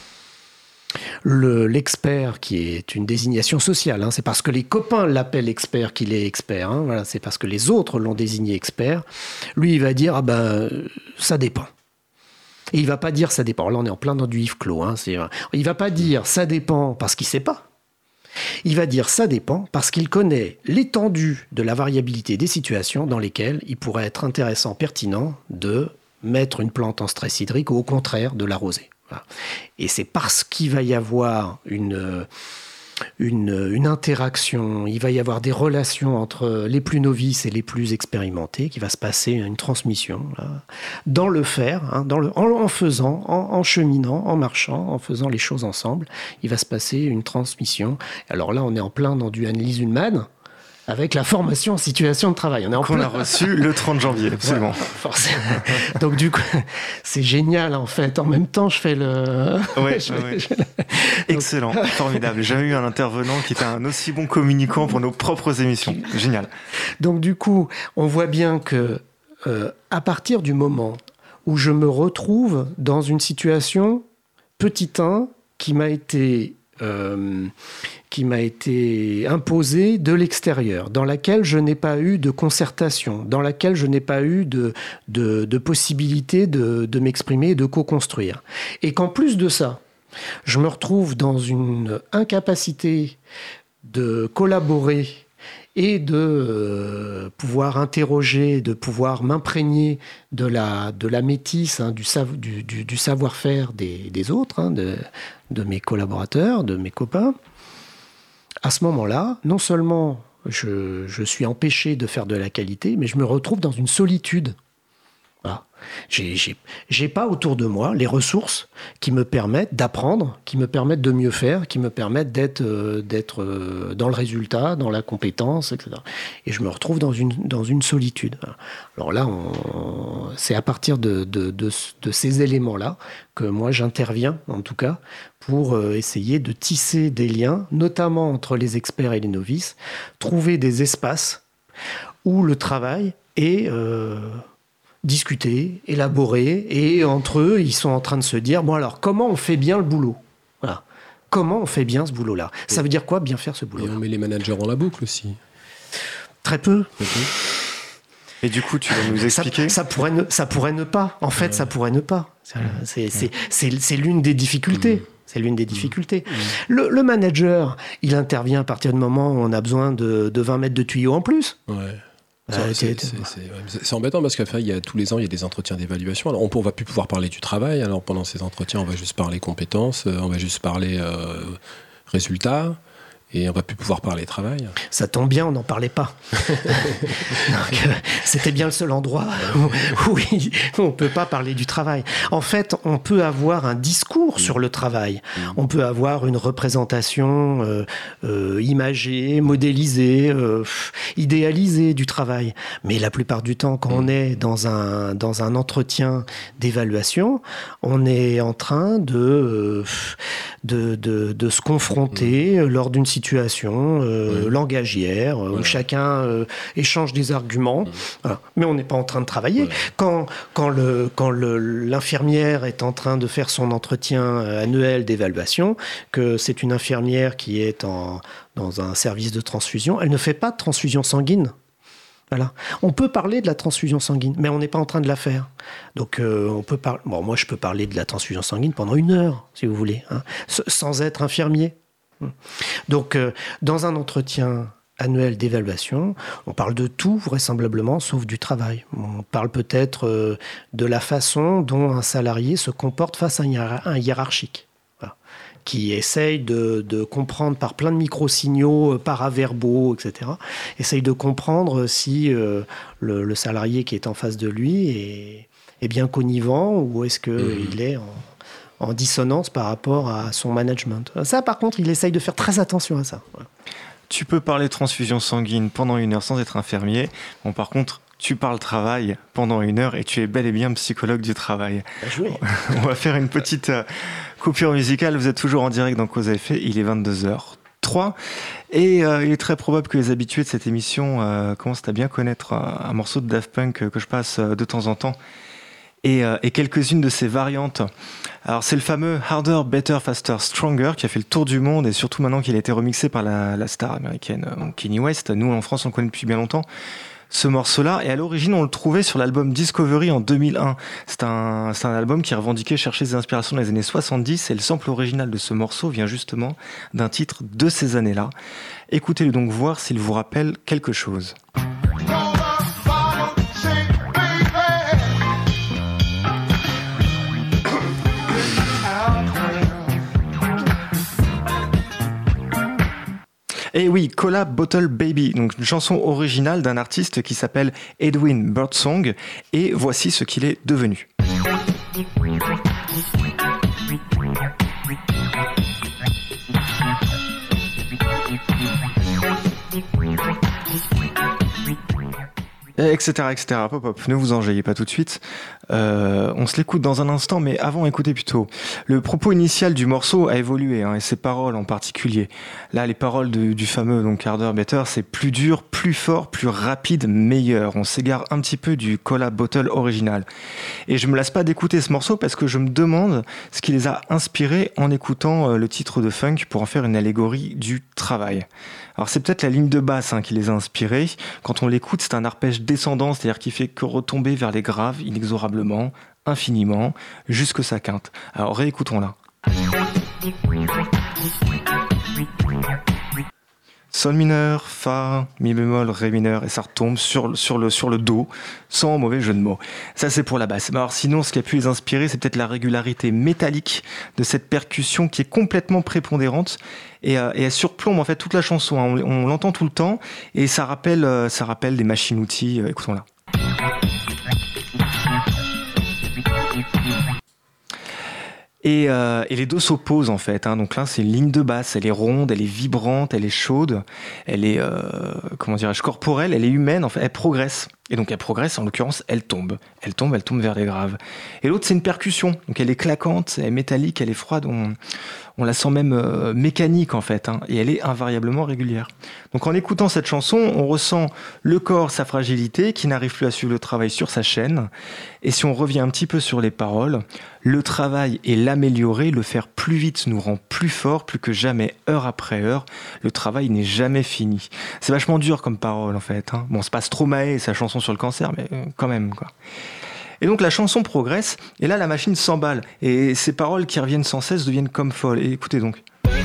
Le, l'expert, qui est une désignation sociale, hein, c'est parce que les copains l'appellent expert qu'il est expert, hein, voilà, c'est parce que les autres l'ont désigné expert. Lui, il va dire, ah ben, ça dépend. Et il ne va pas dire ça dépend. Là, on est en plein dans du Yves Clos. Hein, c'est... Il ne va pas dire ça dépend parce qu'il ne sait pas. Il va dire ça dépend parce qu'il connaît l'étendue de la variabilité des situations dans lesquelles il pourrait être intéressant, pertinent de mettre une plante en stress hydrique ou au contraire de l'arroser. Voilà. Et c'est parce qu'il va y avoir une... Une, une interaction, il va y avoir des relations entre les plus novices et les plus expérimentés, qui va se passer une transmission là, dans le faire, hein, dans le, en, en faisant, en, en cheminant, en marchant, en faisant les choses ensemble, il va se passer une transmission. Alors là, on est en plein dans du Annelies Ullmann, avec la formation en situation de travail. On est en Qu'on plein... a reçu le trente janvier, absolument. Voilà, forcément. Donc du coup, c'est génial en fait. En même temps, je fais le... Ouais, je ouais, fais- ouais. je- Excellent, formidable. J'ai jamais eu un intervenant qui était un aussi bon communicant pour nos propres émissions. Génial. Donc du coup, on voit bien que euh, à partir du moment où je me retrouve dans une situation petit un qui m'a été euh, qui m'a été imposée de l'extérieur, dans laquelle je n'ai pas eu de concertation, dans laquelle je n'ai pas eu de, de, de possibilité de, de m'exprimer et de co-construire. Et qu'en plus de ça, je me retrouve dans une incapacité de collaborer et de euh, pouvoir interroger, de pouvoir m'imprégner de la, de la métisse, hein, du, sav- du, du, du savoir-faire des, des autres, hein, de, de mes collaborateurs, de mes copains. À ce moment-là, non seulement je, je suis empêché de faire de la qualité, mais je me retrouve dans une solitude. Voilà. J'ai, j'ai, j'ai pas autour de moi les ressources qui me permettent d'apprendre, qui me permettent de mieux faire, qui me permettent d'être, euh, d'être euh, dans le résultat, dans la compétence, et cetera. Et je me retrouve dans une, dans une solitude. Alors là, on, c'est à partir de, de, de, de ces éléments-là que moi j'interviens, en tout cas, pour euh, essayer de tisser des liens, notamment entre les experts et les novices, trouver des espaces où le travail est... Euh, discuter, élaborer, et entre eux, ils sont en train de se dire, bon alors, comment on fait bien le boulot ? Voilà. Comment on fait bien ce boulot-là ? Ça veut dire quoi, bien faire ce Et boulot-là ? on met les managers dans la boucle aussi. Très peu. Et du coup, tu vas nous Ça, expliquer ça, pourrait ne, ça pourrait ne pas. En fait, Ouais. ça pourrait ne pas. C'est, c'est, c'est, c'est, c'est l'une des difficultés. Mmh. C'est l'une des difficultés. Mmh. Le, le manager, il intervient à partir du moment où on a besoin de, de vingt mètres de tuyaux en plus. Ouais. Euh, C'est- t'es- c'est- c'est- c'est- ouais, c'est- c'est embêtant parce qu'il y a tous les ans il y a des entretiens d'évaluation. Alors on ne va plus pouvoir parler du travail. Alors pendant ces entretiens, on va juste parler compétences, euh, on va juste parler euh, résultats, et on va plus pouvoir parler travail. Ça tombe bien, on n'en parlait pas. Donc, euh, c'était bien le seul endroit où, où il- où on ne peut pas parler du travail. En fait, on peut avoir un discours mmh. sur le travail. Mmh. On peut avoir une représentation euh, euh, imagée, modélisée, euh, idéalisée du travail. Mais la plupart du temps, quand mmh. on est dans un, dans un entretien d'évaluation, on est en train de, de, de, de se confronter mmh. lors d'une situation euh, oui. langagière, voilà. où chacun euh, échange des arguments, mmh. voilà. Mais on n'est pas en train de travailler. Voilà. Quand, quand, le, quand le, l'infirmière est en train de faire son entretien annuel d'évaluation, que c'est une infirmière qui est en, dans un service de transfusion, elle ne fait pas de transfusion sanguine. Voilà. On peut parler de la transfusion sanguine, mais on n'est pas en train de la faire. Donc, euh, on peut par... bon, moi, je peux parler de la transfusion sanguine pendant une heure, si vous voulez, hein, sans être infirmier. Donc, euh, dans un entretien annuel d'évaluation, on parle de tout, vraisemblablement, sauf du travail. On parle peut-être euh, de la façon dont un salarié se comporte face à un, hiérar- un hiérarchique. Voilà. Qui essaye de, de comprendre par plein de micro-signaux euh, paraverbaux, et cetera, essaye de comprendre si euh, le, le salarié qui est en face de lui est, est bien connivant ou est-ce qu'il mmh. est en, en dissonance par rapport à son management. Ça, par contre, il essaye de faire très attention à ça. Voilà. Tu peux parler de transfusion sanguine pendant une heure sans être infirmier. Bon, par contre, tu parles travail pendant une heure et tu es bel et bien psychologue du travail. Bien joué. On va faire une petite euh, coupure musicale. Vous êtes toujours en direct dans Cause à effet. Il est vingt-deux heures trois et euh, il est très probable que les habitués de cette émission euh, commencent à bien connaître euh, un morceau de Daft Punk euh, que je passe euh, de temps en temps. Et, euh, et quelques-unes de ses variantes. Alors c'est le fameux Harder, Better, Faster, Stronger qui a fait le tour du monde et surtout maintenant qu'il a été remixé par la, la star américaine euh, Kanye West. Nous en France on le connaît depuis bien longtemps ce morceau-là, et à l'origine on le trouvait sur l'album Discovery en deux mille un. C'est un, c'est un album qui revendiquait chercher des inspirations dans les années soixante-dix et le sample original de ce morceau vient justement d'un titre de ces années-là. Écoutez-le donc voir s'il vous rappelle quelque chose. Et oui, Cola Bottle Baby, donc une chanson originale d'un artiste qui s'appelle Edwin Birdsong, et voici ce qu'il est devenu. et cetera, et cetera. Hop, hop, ne vous enjaillez pas tout de suite. Euh, on se l'écoute dans un instant, mais avant, écoutez plutôt. Le propos initial du morceau a évolué, hein, et ses paroles en particulier. Là, les paroles de, du fameux donc Harder, Better, c'est plus dur, plus fort, plus rapide, meilleur. On s'égare un petit peu du Cola Bottle original. Et je me lasse pas d'écouter ce morceau parce que je me demande ce qui les a inspirés en écoutant le titre de Funk pour en faire une allégorie du travail. Alors c'est peut-être la ligne de basse hein, qui les a inspirés. Quand on l'écoute, c'est un arpège descendant, c'est-à-dire qui fait que retomber vers les graves inexorablement, infiniment, jusque sa quinte. Alors réécoutons-la. Sol mineur, fa, mi bémol, ré mineur, et ça retombe sur, sur, le, sur le do, sans mauvais jeu de mots. Ça, c'est pour la basse. Mais alors sinon, ce qui a pu les inspirer, c'est peut-être la régularité métallique de cette percussion qui est complètement prépondérante et, euh, et elle surplombe en fait toute la chanson. Hein. On, on l'entend tout le temps et ça rappelle, euh, ça rappelle des machines-outils. Euh, écoutons-la. Et, euh, et les deux s'opposent en fait. Hein. Donc là, c'est une ligne de basse. Elle est ronde, elle est vibrante, elle est chaude, elle est euh, comment dirais-je corporelle, elle est humaine. En fait, elle progresse. Et donc elle progresse. En l'occurrence, elle tombe, elle tombe, elle tombe vers les graves. Et l'autre, c'est une percussion. Donc elle est claquante, elle est métallique, elle est froide. On, on la sent même euh, mécanique en fait. Hein. Et elle est invariablement régulière. Donc en écoutant cette chanson, on ressent le corps, sa fragilité, qui n'arrive plus à suivre le travail sur sa chaîne. Et si on revient un petit peu sur les paroles, le travail et l'améliorer, le faire plus vite nous rend plus fort, plus que jamais, heure après heure. Le travail n'est jamais fini. C'est vachement dur comme parole en fait. Hein. Bon, c'est pas Stromae, sa chanson sur le cancer, mais quand même quoi. Et donc la chanson progresse, et là la machine s'emballe, et ces paroles qui reviennent sans cesse deviennent comme folles. Et écoutez donc.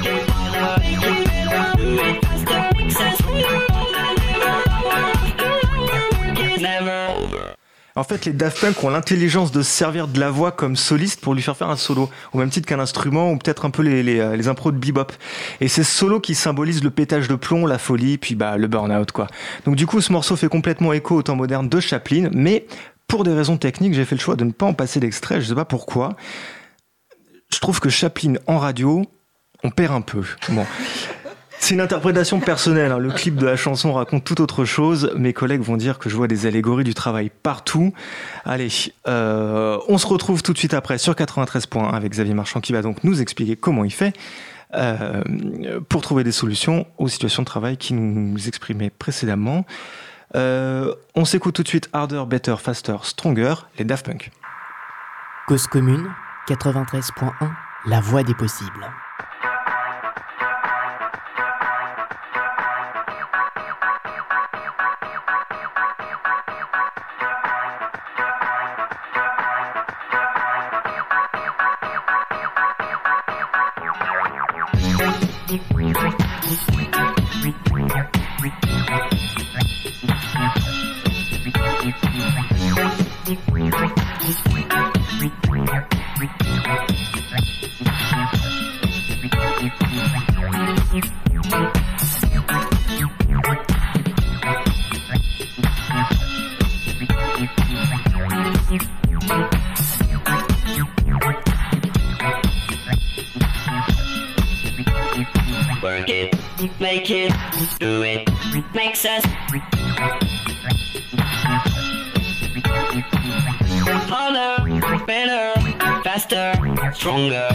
En fait, les Daft Punk ont l'intelligence de se servir de la voix comme soliste pour lui faire faire un solo, au même titre qu'un instrument, ou peut-être un peu les, les, les impros de bebop. Et c'est ce solo qui symbolise le pétage de plomb, la folie, puis bah, le burn-out, quoi. Donc du coup, ce morceau fait complètement écho au temps moderne de Chaplin, mais pour des raisons techniques, j'ai fait le choix de ne pas en passer d'extrait, je sais pas pourquoi. Je trouve que Chaplin en radio, on perd un peu. Bon. C'est une interprétation personnelle, hein. Le clip de la chanson raconte tout autre chose. Mes collègues vont dire que je vois des allégories du travail partout. Allez, euh, on se retrouve tout de suite après sur quatre-vingt-treize point un avec Xavier Marchand qui va donc nous expliquer comment il fait euh, pour trouver des solutions aux situations de travail qu'il nous exprimait précédemment. Euh, on s'écoute tout de suite Harder, Better, Faster, Stronger, les Daft Punk. Cause commune, quatre-vingt-treize point un, la voix des possibles. Work it, make it, do it, makes us harder, better, faster, stronger.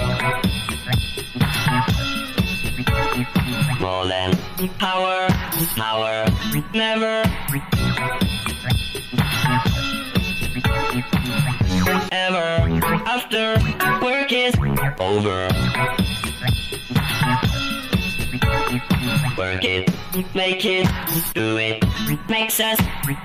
More than power, power, never ever after work is over. Work it, make it, do it, makes us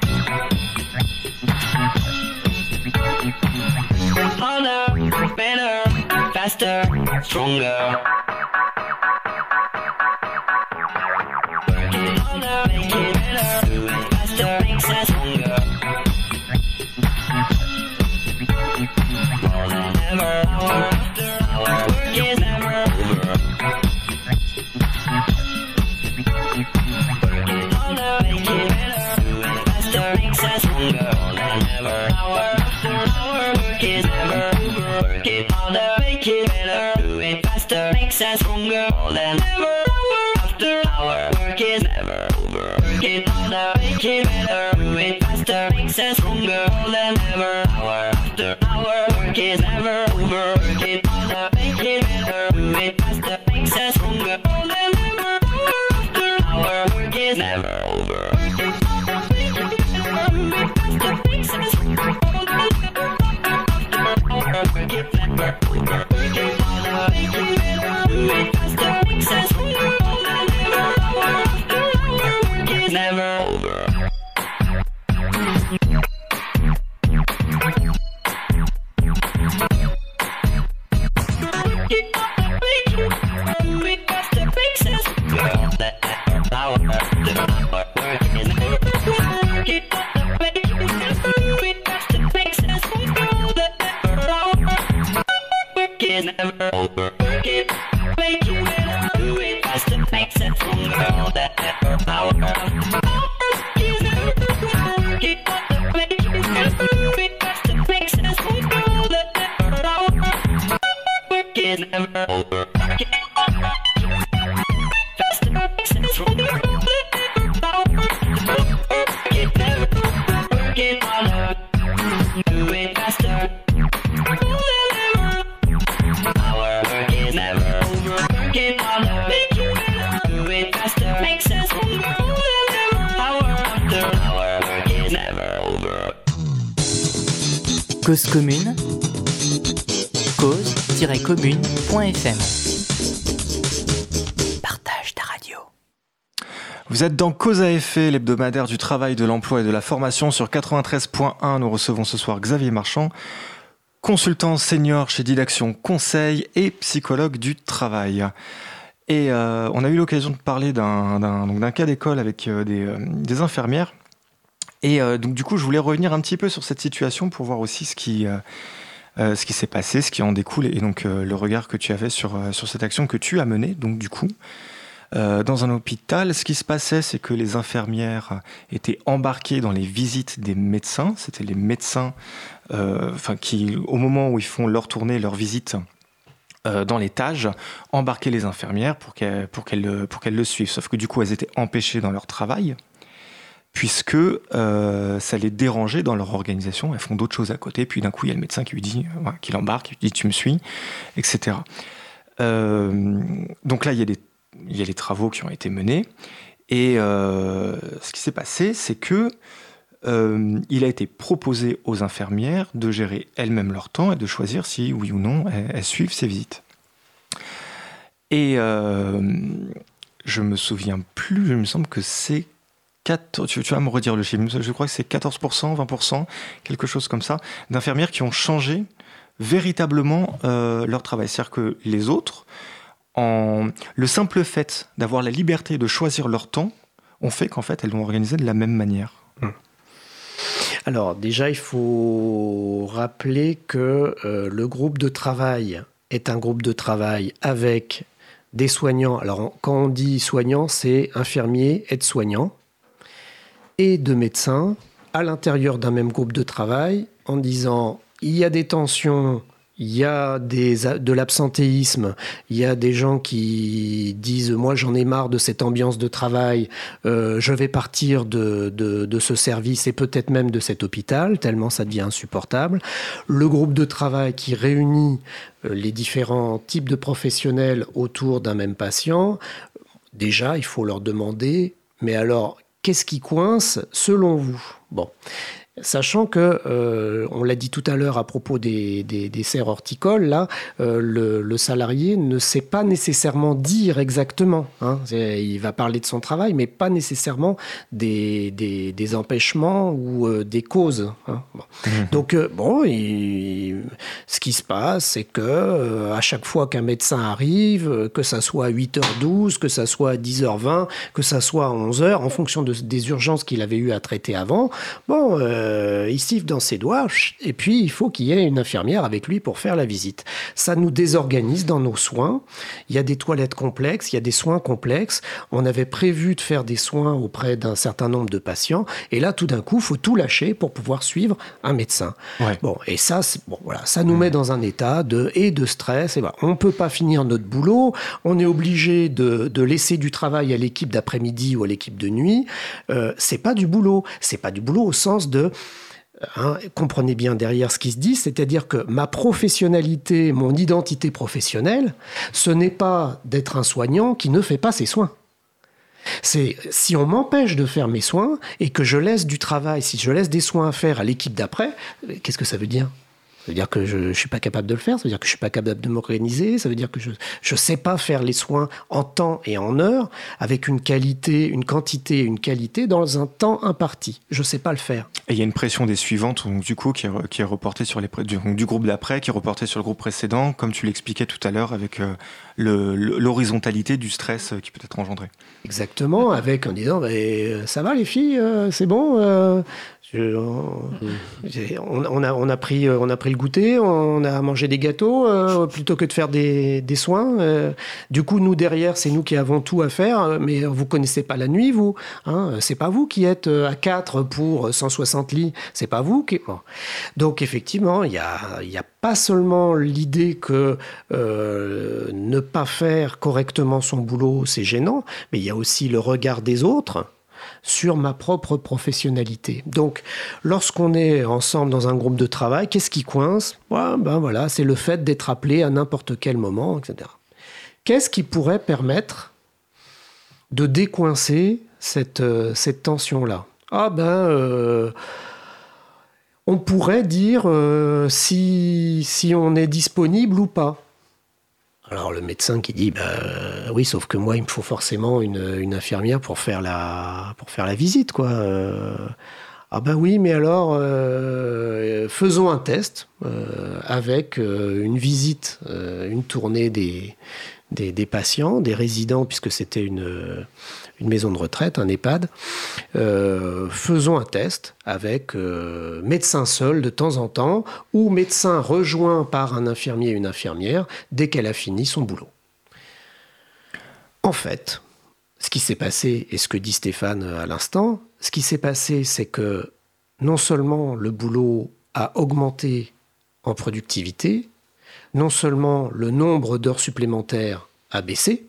harder, better, faster, stronger. Work it harder, make it better, do it faster, makes us stronger. More than ever, hour after hour, work is never over. Work it harder, make it better, do it faster, makes us stronger. More than ever, hour after hour, work is never over. Work it harder, make it better, do it faster, makes us stronger. More than ever, hour after hour, work is never over. Work it harder, make it better, do it faster, makes us stronger than ever. Hour after hour, work is never over. Working harder, make it better. Do it faster, makes us stronger than ever. Hour after hour, work is never over. Working harder, make it better. Do it faster, makes us stronger than ever. Hour after hour, work is never over. Working harder, make it better. Do it faster, makes us stronger than ever. Hour after hour, work is never over. Never over. Work it, make you better. Do it faster, makes it stronger. That ever power. Work is never over. Work it, make you better. Do it faster, makes it stronger. That ever power. Work is never over. Work it faster, makes it stronger. That ever power. Work it never over. Work it harder. Do it faster. Cause commune, cause tiret commune point f m. Partage ta radio. Vous êtes dans Cause à effet, l'hebdomadaire du travail, de l'emploi et de la formation sur quatre-vingt-treize point un. Nous recevons ce soir Xavier Marchand, consultant senior chez Didaction Conseil et psychologue du travail. Et euh, on a eu l'occasion de parler d'un, d'un, donc d'un cas d'école avec euh, des, euh, des infirmières. Et euh, donc du coup, je voulais revenir un petit peu sur cette situation pour voir aussi ce qui, euh, euh, ce qui s'est passé, ce qui en découle, et donc euh, le regard que tu avais sur, euh, sur cette action que tu as menée. Donc du coup, euh, dans un hôpital, ce qui se passait, c'est que les infirmières étaient embarquées dans les visites des médecins. C'était les médecins, euh, enfin qui, au moment où ils font leur tournée, leur visite euh, dans l'étage, embarquaient les infirmières pour qu'elles, pour qu'elles, pour qu'elles le suivent. Sauf que du coup, elles étaient empêchées dans leur travail, puisque euh, ça les dérangeait dans leur organisation. Elles font d'autres choses à côté, puis d'un coup, il y a le médecin qui lui dit, euh, qui l'embarque, qui lui dit « tu me suis », et cetera. Euh, donc là, il y a des, il y a les travaux qui ont été menés, et euh, ce qui s'est passé, c'est que euh, il a été proposé aux infirmières de gérer elles-mêmes leur temps et de choisir si, oui ou non, elles, elles suivent ces visites. Et euh, je me souviens plus, il me semble que c'est quatre, tu, tu vas me redire le chiffre, je crois que c'est quatorze pour cent, vingt pour cent, quelque chose comme ça, d'infirmières qui ont changé véritablement euh, leur travail. C'est-à-dire que les autres, en... le simple fait d'avoir la liberté de choisir leur temps, ont fait qu'en fait, elles l'ont organisé de la même manière. Hum. Alors déjà, il faut rappeler que euh, le groupe de travail est un groupe de travail avec des soignants. Alors quand on dit soignants, c'est infirmiers, aides-soignants, et de médecins à l'intérieur d'un même groupe de travail en disant il y a des tensions, il y a des, de l'absentéisme, il y a des gens qui disent moi j'en ai marre de cette ambiance de travail, euh, je vais partir de, de, de ce service et peut-être même de cet hôpital, tellement ça devient insupportable. Le groupe de travail qui réunit euh, les différents types de professionnels autour d'un même patient, déjà il faut leur demander mais alors qu'est-ce qui coince selon vous ? Bon, sachant que, euh, on l'a dit tout à l'heure à propos des, des, des serres horticoles, là, euh, le, le salarié ne sait pas nécessairement dire exactement. Hein, il va parler de son travail, mais pas nécessairement des, des, des empêchements ou euh, des causes. Hein. Bon. Mmh. Donc, euh, bon, il, ce qui se passe, c'est que euh, à chaque fois qu'un médecin arrive, que ça soit à huit heures douze, que ça soit à dix heures vingt, que ça soit à onze heures, en fonction de, des urgences qu'il avait eu à traiter avant, bon... Euh, Euh, il siffle dans ses doigts, et puis il faut qu'il y ait une infirmière avec lui pour faire la visite. Ça nous désorganise dans nos soins. Il y a des toilettes complexes, il y a des soins complexes. On avait prévu de faire des soins auprès d'un certain nombre de patients, et là, tout d'un coup, il faut tout lâcher pour pouvoir suivre un médecin. Ouais. Bon, et ça, bon, voilà, ça nous met dans un état de, et de stress. Et voilà. On ne peut pas finir notre boulot. On est obligé de, de laisser du travail à l'équipe d'après-midi ou à l'équipe de nuit. Euh, c'est pas du boulot. C'est pas du boulot au sens de hein, comprenez bien derrière ce qui se dit, c'est-à-dire que ma professionnalité, mon identité professionnelle, ce n'est pas d'être un soignant qui ne fait pas ses soins. C'est si on m'empêche de faire mes soins et que je laisse du travail, si je laisse des soins à faire à l'équipe d'après, qu'est-ce que ça veut dire ? Ça veut dire que je ne suis pas capable de le faire, ça veut dire que je ne suis pas capable de m'organiser, ça veut dire que je ne sais pas faire les soins en temps et en heure, avec une qualité, une quantité et une qualité dans un temps imparti. Je ne sais pas le faire. Et il y a une pression des suivantes, donc, du coup, qui est, qui est reportée sur les du, du groupe d'après, qui est reportée sur le groupe précédent, comme tu l'expliquais tout à l'heure, avec euh, le, l'horizontalité du stress qui peut être engendré. Exactement, avec en disant bah, « ça va les filles, euh, c'est bon euh, je, on, on, on, a, on, a pris, on a pris le goûter, on a mangé des gâteaux euh, plutôt que de faire des, des soins. Euh, du coup, nous, derrière, c'est nous qui avons tout à faire, mais vous ne connaissez pas la nuit, vous. Hein, c'est pas vous qui êtes à quatre pour cent soixante lits, c'est pas vous qui... Bon. » Donc, effectivement, il n'y a, y a pas seulement l'idée que euh, ne pas faire correctement son boulot, c'est gênant, mais il y a aussi le regard des autres sur ma propre professionnalité. Donc, lorsqu'on est ensemble dans un groupe de travail, qu'est-ce qui coince ? Ouais, ben voilà, c'est le fait d'être appelé à n'importe quel moment, et cetera. Qu'est-ce qui pourrait permettre de décoincer cette, euh, cette tension-là ? Ah ben, euh, on pourrait dire euh, si, si on est disponible ou pas. Alors le médecin qui dit bah, euh, oui, sauf que moi il me faut forcément une, une infirmière pour faire la pour faire la visite quoi. Euh, ah ben oui, mais alors euh, faisons un test euh, avec euh, une visite, euh, une tournée des, des des patients, des résidents puisque c'était une une maison de retraite, un EHPAD. Euh, faisons un test avec euh, médecin seul de temps en temps ou médecin rejoint par un infirmier et une infirmière dès qu'elle a fini son boulot. En fait, ce qui s'est passé, et ce que dit Stéphane à l'instant, ce qui s'est passé, c'est que non seulement le boulot a augmenté en productivité, non seulement le nombre d'heures supplémentaires a baissé,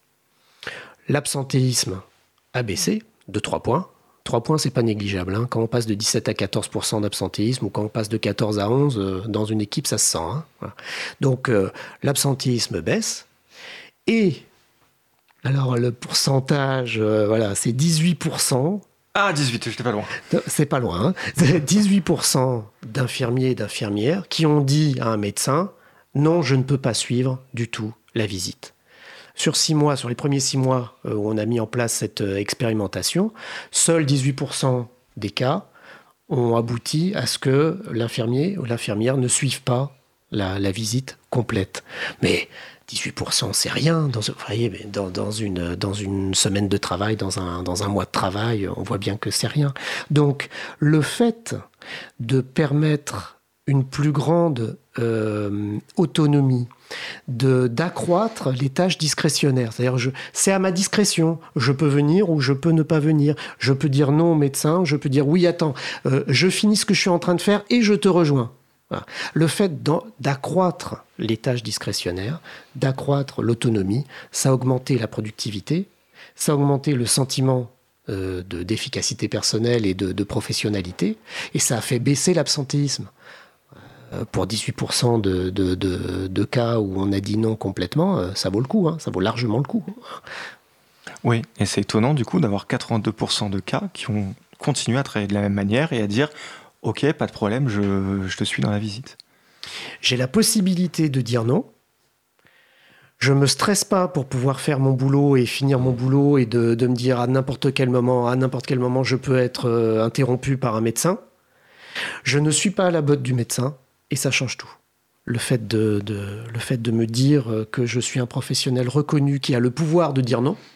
l'absentéisme a baissé de trois points. trois points, c'est pas négligeable. Hein. Quand on passe de dix-sept à quatorze pour cent d'absentéisme ou quand on passe de quatorze à onze, euh, dans une équipe, ça se sent. Hein. Voilà. Donc, euh, l'absentéisme baisse. Et, alors, le pourcentage, euh, voilà, c'est dix-huit pour cent. Ah, dix-huit, j'étais pas loin. C'est pas loin. Hein. C'est dix-huit pour cent d'infirmiers et d'infirmières qui ont dit à un médecin « Non, je ne peux pas suivre du tout la visite ». Sur six mois, sur les premiers six mois où on a mis en place cette expérimentation, seuls dix-huit pour cent des cas ont abouti à ce que l'infirmier ou l'infirmière ne suive pas la, la visite complète. Mais dix-huit pour cent, c'est rien. Dans, vous voyez, dans, dans, une, dans une semaine de travail, dans un, dans un mois de travail, on voit bien que c'est rien. Donc, le fait de permettre une plus grande euh, autonomie, de, d'accroître les tâches discrétionnaires. C'est-à-dire, je, c'est à ma discrétion. Je peux venir ou je peux ne pas venir. Je peux dire non au médecin, je peux dire oui, attends, euh, je finis ce que je suis en train de faire et je te rejoins. Voilà. Le fait d'accroître les tâches discrétionnaires, d'accroître l'autonomie, ça a augmenté la productivité, ça a augmenté le sentiment euh, de, d'efficacité personnelle et de, de professionnalité, et ça a fait baisser l'absentéisme. Pour dix-huit pour cent de, de, de, de cas où on a dit non complètement, ça vaut le coup, hein, ça vaut largement le coup. Oui, et c'est étonnant du coup d'avoir quatre-vingt-deux pour cent de cas qui ont continué à travailler de la même manière et à dire « Ok, pas de problème, je, je te suis dans la visite ». J'ai la possibilité de dire non. Je ne me stresse pas pour pouvoir faire mon boulot et finir mon boulot et de, de me dire à n'importe quel moment, à n'importe quel moment, je peux être interrompu par un médecin. Je ne suis pas à la botte du médecin. Et ça change tout. Le fait de, de, le fait de me dire que je suis un professionnel reconnu qui a le pouvoir de dire non,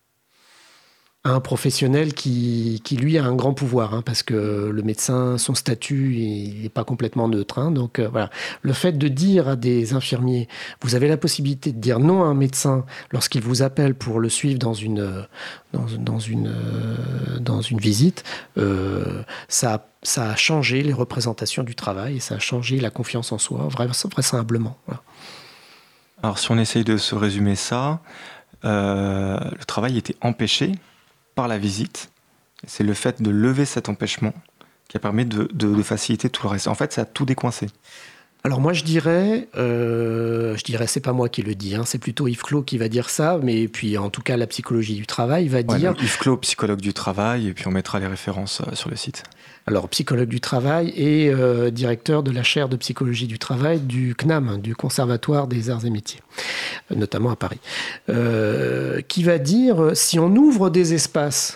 à un professionnel qui, qui lui, a un grand pouvoir, hein, parce que le médecin, son statut, il n'est pas complètement neutre. Hein, donc euh, voilà. Le fait de dire à des infirmiers, vous avez la possibilité de dire non à un médecin lorsqu'il vous appelle pour le suivre dans une, dans, dans une, euh, dans une visite, euh, ça a Ça a changé les représentations du travail et ça a changé la confiance en soi, vraisemblablement. Voilà. Alors, si on essaye de se résumer ça, euh, le travail était empêché par la visite. C'est le fait de lever cet empêchement qui permet de, de, de faciliter tout le reste. En fait, ça a tout décoincé. Alors moi je dirais, euh, je dirais, c'est pas moi qui le dis, hein, c'est plutôt Yves Clos qui va dire ça, mais puis en tout cas la psychologie du travail va ouais, dire... Yves Clos, psychologue du travail, et puis on mettra les références euh, sur le site. Alors psychologue du travail et euh, directeur de la chaire de psychologie du travail du C N A M, du Conservatoire des Arts et Métiers, notamment à Paris, euh, qui va dire, si on ouvre des espaces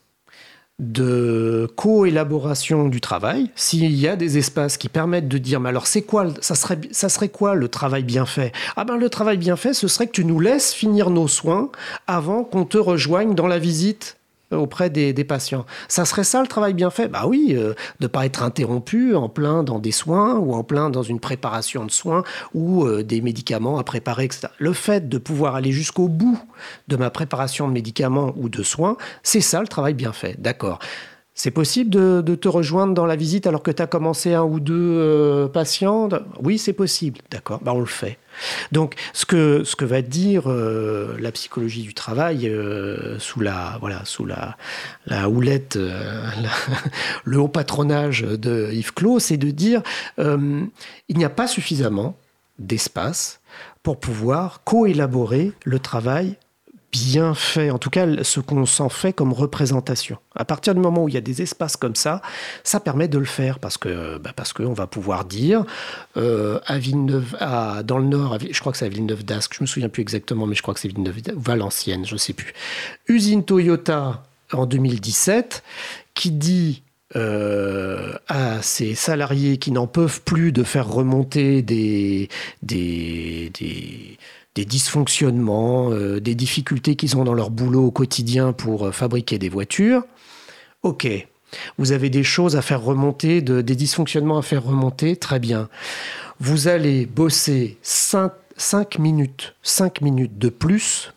de co-élaboration du travail, s'il y a des espaces qui permettent de dire, mais alors c'est quoi, ça serait, ça serait quoi le travail bien fait ? Ah ben le travail bien fait, ce serait que tu nous laisses finir nos soins avant qu'on te rejoigne dans la visite auprès des, des patients. Ça serait ça le travail bien fait ? Bah oui, euh, de ne pas être interrompu en plein dans des soins ou en plein dans une préparation de soins ou euh, des médicaments à préparer, et cetera. Le fait de pouvoir aller jusqu'au bout de ma préparation de médicaments ou de soins, c'est ça le travail bien fait. D'accord. C'est possible de, de te rejoindre dans la visite alors que tu as commencé un ou deux euh, patients ? Oui, c'est possible. D'accord, bah, on le fait. Donc, ce que, ce que va dire euh, la psychologie du travail euh, sous la, voilà, sous la, la houlette, euh, la, le haut patronage de Yves Clos, c'est de dire euh, il n'y a pas suffisamment d'espace pour pouvoir co-élaborer le travail bien fait, en tout cas ce qu'on s'en fait comme représentation. À partir du moment où il y a des espaces comme ça, ça permet de le faire parce que bah parce qu'on va pouvoir dire euh, à Villeneuve, à, dans le Nord, à, je crois que c'est à Villeneuve d'Ascq, je me souviens plus exactement, mais je crois que c'est Villeneuve, Valenciennes, je sais plus. Usine Toyota en deux mille dix-sept qui dit Euh, à ces salariés qui n'en peuvent plus de faire remonter des, des, des, des dysfonctionnements, euh, des difficultés qu'ils ont dans leur boulot au quotidien pour euh, fabriquer des voitures. Ok, vous avez des choses à faire remonter, de, des dysfonctionnements à faire remonter, très bien. Vous allez bosser cinq minutes, cinq minutes de plus,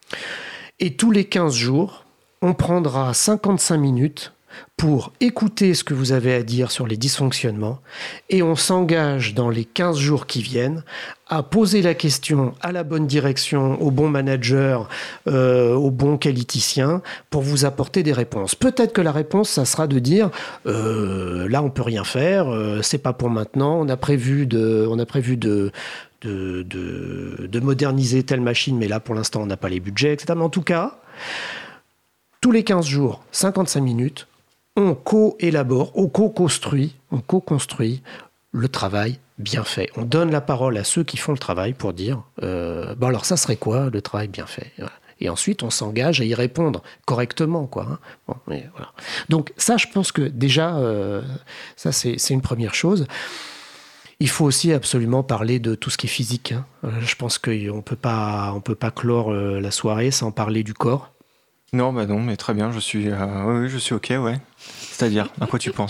et tous les quinze jours, on prendra cinquante-cinq minutes pour écouter ce que vous avez à dire sur les dysfonctionnements et on s'engage dans les quinze jours qui viennent à poser la question à la bonne direction, au bon manager, euh, au bon qualiticien pour vous apporter des réponses. Peut-être que la réponse, ça sera de dire euh, là on peut rien faire, euh, c'est pas pour maintenant, on a prévu de, on a prévu de De, de, de moderniser telle machine, mais là, pour l'instant, on n'a pas les budgets, et cetera. Mais en tout cas, tous les quinze jours, cinquante-cinq minutes, on co-élabore, on co-construit, on co-construit le travail bien fait. On donne la parole à ceux qui font le travail pour dire euh, bon alors ça serait quoi le travail bien fait ? Et ensuite, on s'engage à y répondre correctement, quoi. Hein. Bon, mais voilà. Donc ça, je pense que déjà, euh, ça c'est, c'est une première chose. Il faut aussi absolument parler de tout ce qui est physique. Hein. Je pense qu'on peut pas, on peut pas clore la soirée sans parler du corps. Non, bah non, mais très bien, je suis, euh, oui, je suis ok, ouais. C'est-à-dire, à quoi tu penses ?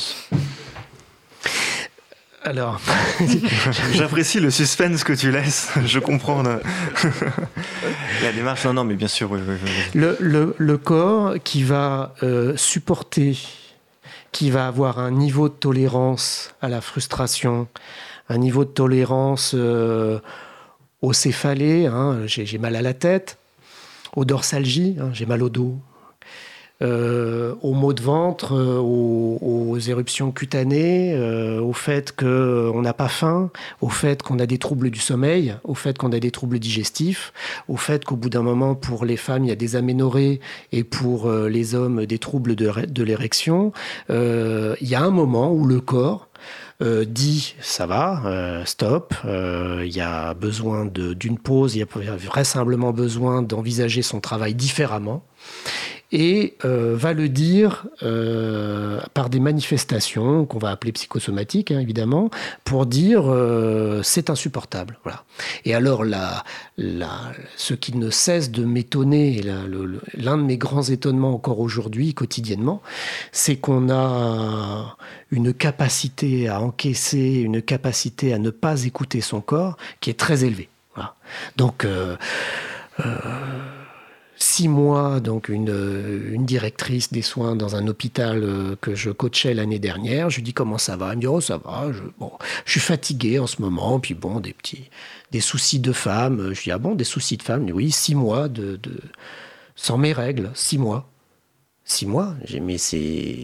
Alors, j'apprécie le suspense que tu laisses. Je comprends la, la démarche. Non, non, mais bien sûr, oui, oui, oui. Le, le, le corps qui va euh, supporter, qui va avoir un niveau de tolérance à la frustration, un niveau de tolérance euh, aux céphalées, hein, j'ai, j'ai mal à la tête, aux dorsalgies, hein, j'ai mal au dos, euh, aux maux de ventre, euh, aux, aux éruptions cutanées, euh, au fait qu'on n'a pas faim, au fait qu'on a des troubles du sommeil, au fait qu'on a des troubles digestifs, au fait qu'au bout d'un moment, pour les femmes, il y a des aménorrhées et pour euh, les hommes, des troubles de, de l'érection. Euh, il y a un moment où le corps Euh, dit ça va, euh, stop, il euh, y a besoin de, d'une pause, il y a vraisemblablement besoin d'envisager son travail différemment et euh, va le dire euh, par des manifestations qu'on va appeler psychosomatiques, hein, évidemment, pour dire euh, c'est insupportable. Voilà. Et alors, la, la, ce qui ne cesse de m'étonner, la, le, l'un de mes grands étonnements encore aujourd'hui, quotidiennement, c'est qu'on a une capacité à encaisser, une capacité à ne pas écouter son corps qui est très élevée. Voilà. Donc, euh, euh, Six mois, donc une, une directrice des soins dans un hôpital que je coachais l'année dernière. Je lui dis comment ça va. Elle me dit oh ça va. Je, bon, je suis fatigué en ce moment. Puis bon, des petits, des soucis de femme. Je dis ah bon, des soucis de femme. Elle dit oui, six mois de, de sans mes règles, six mois, six mois. J'ai mais c'est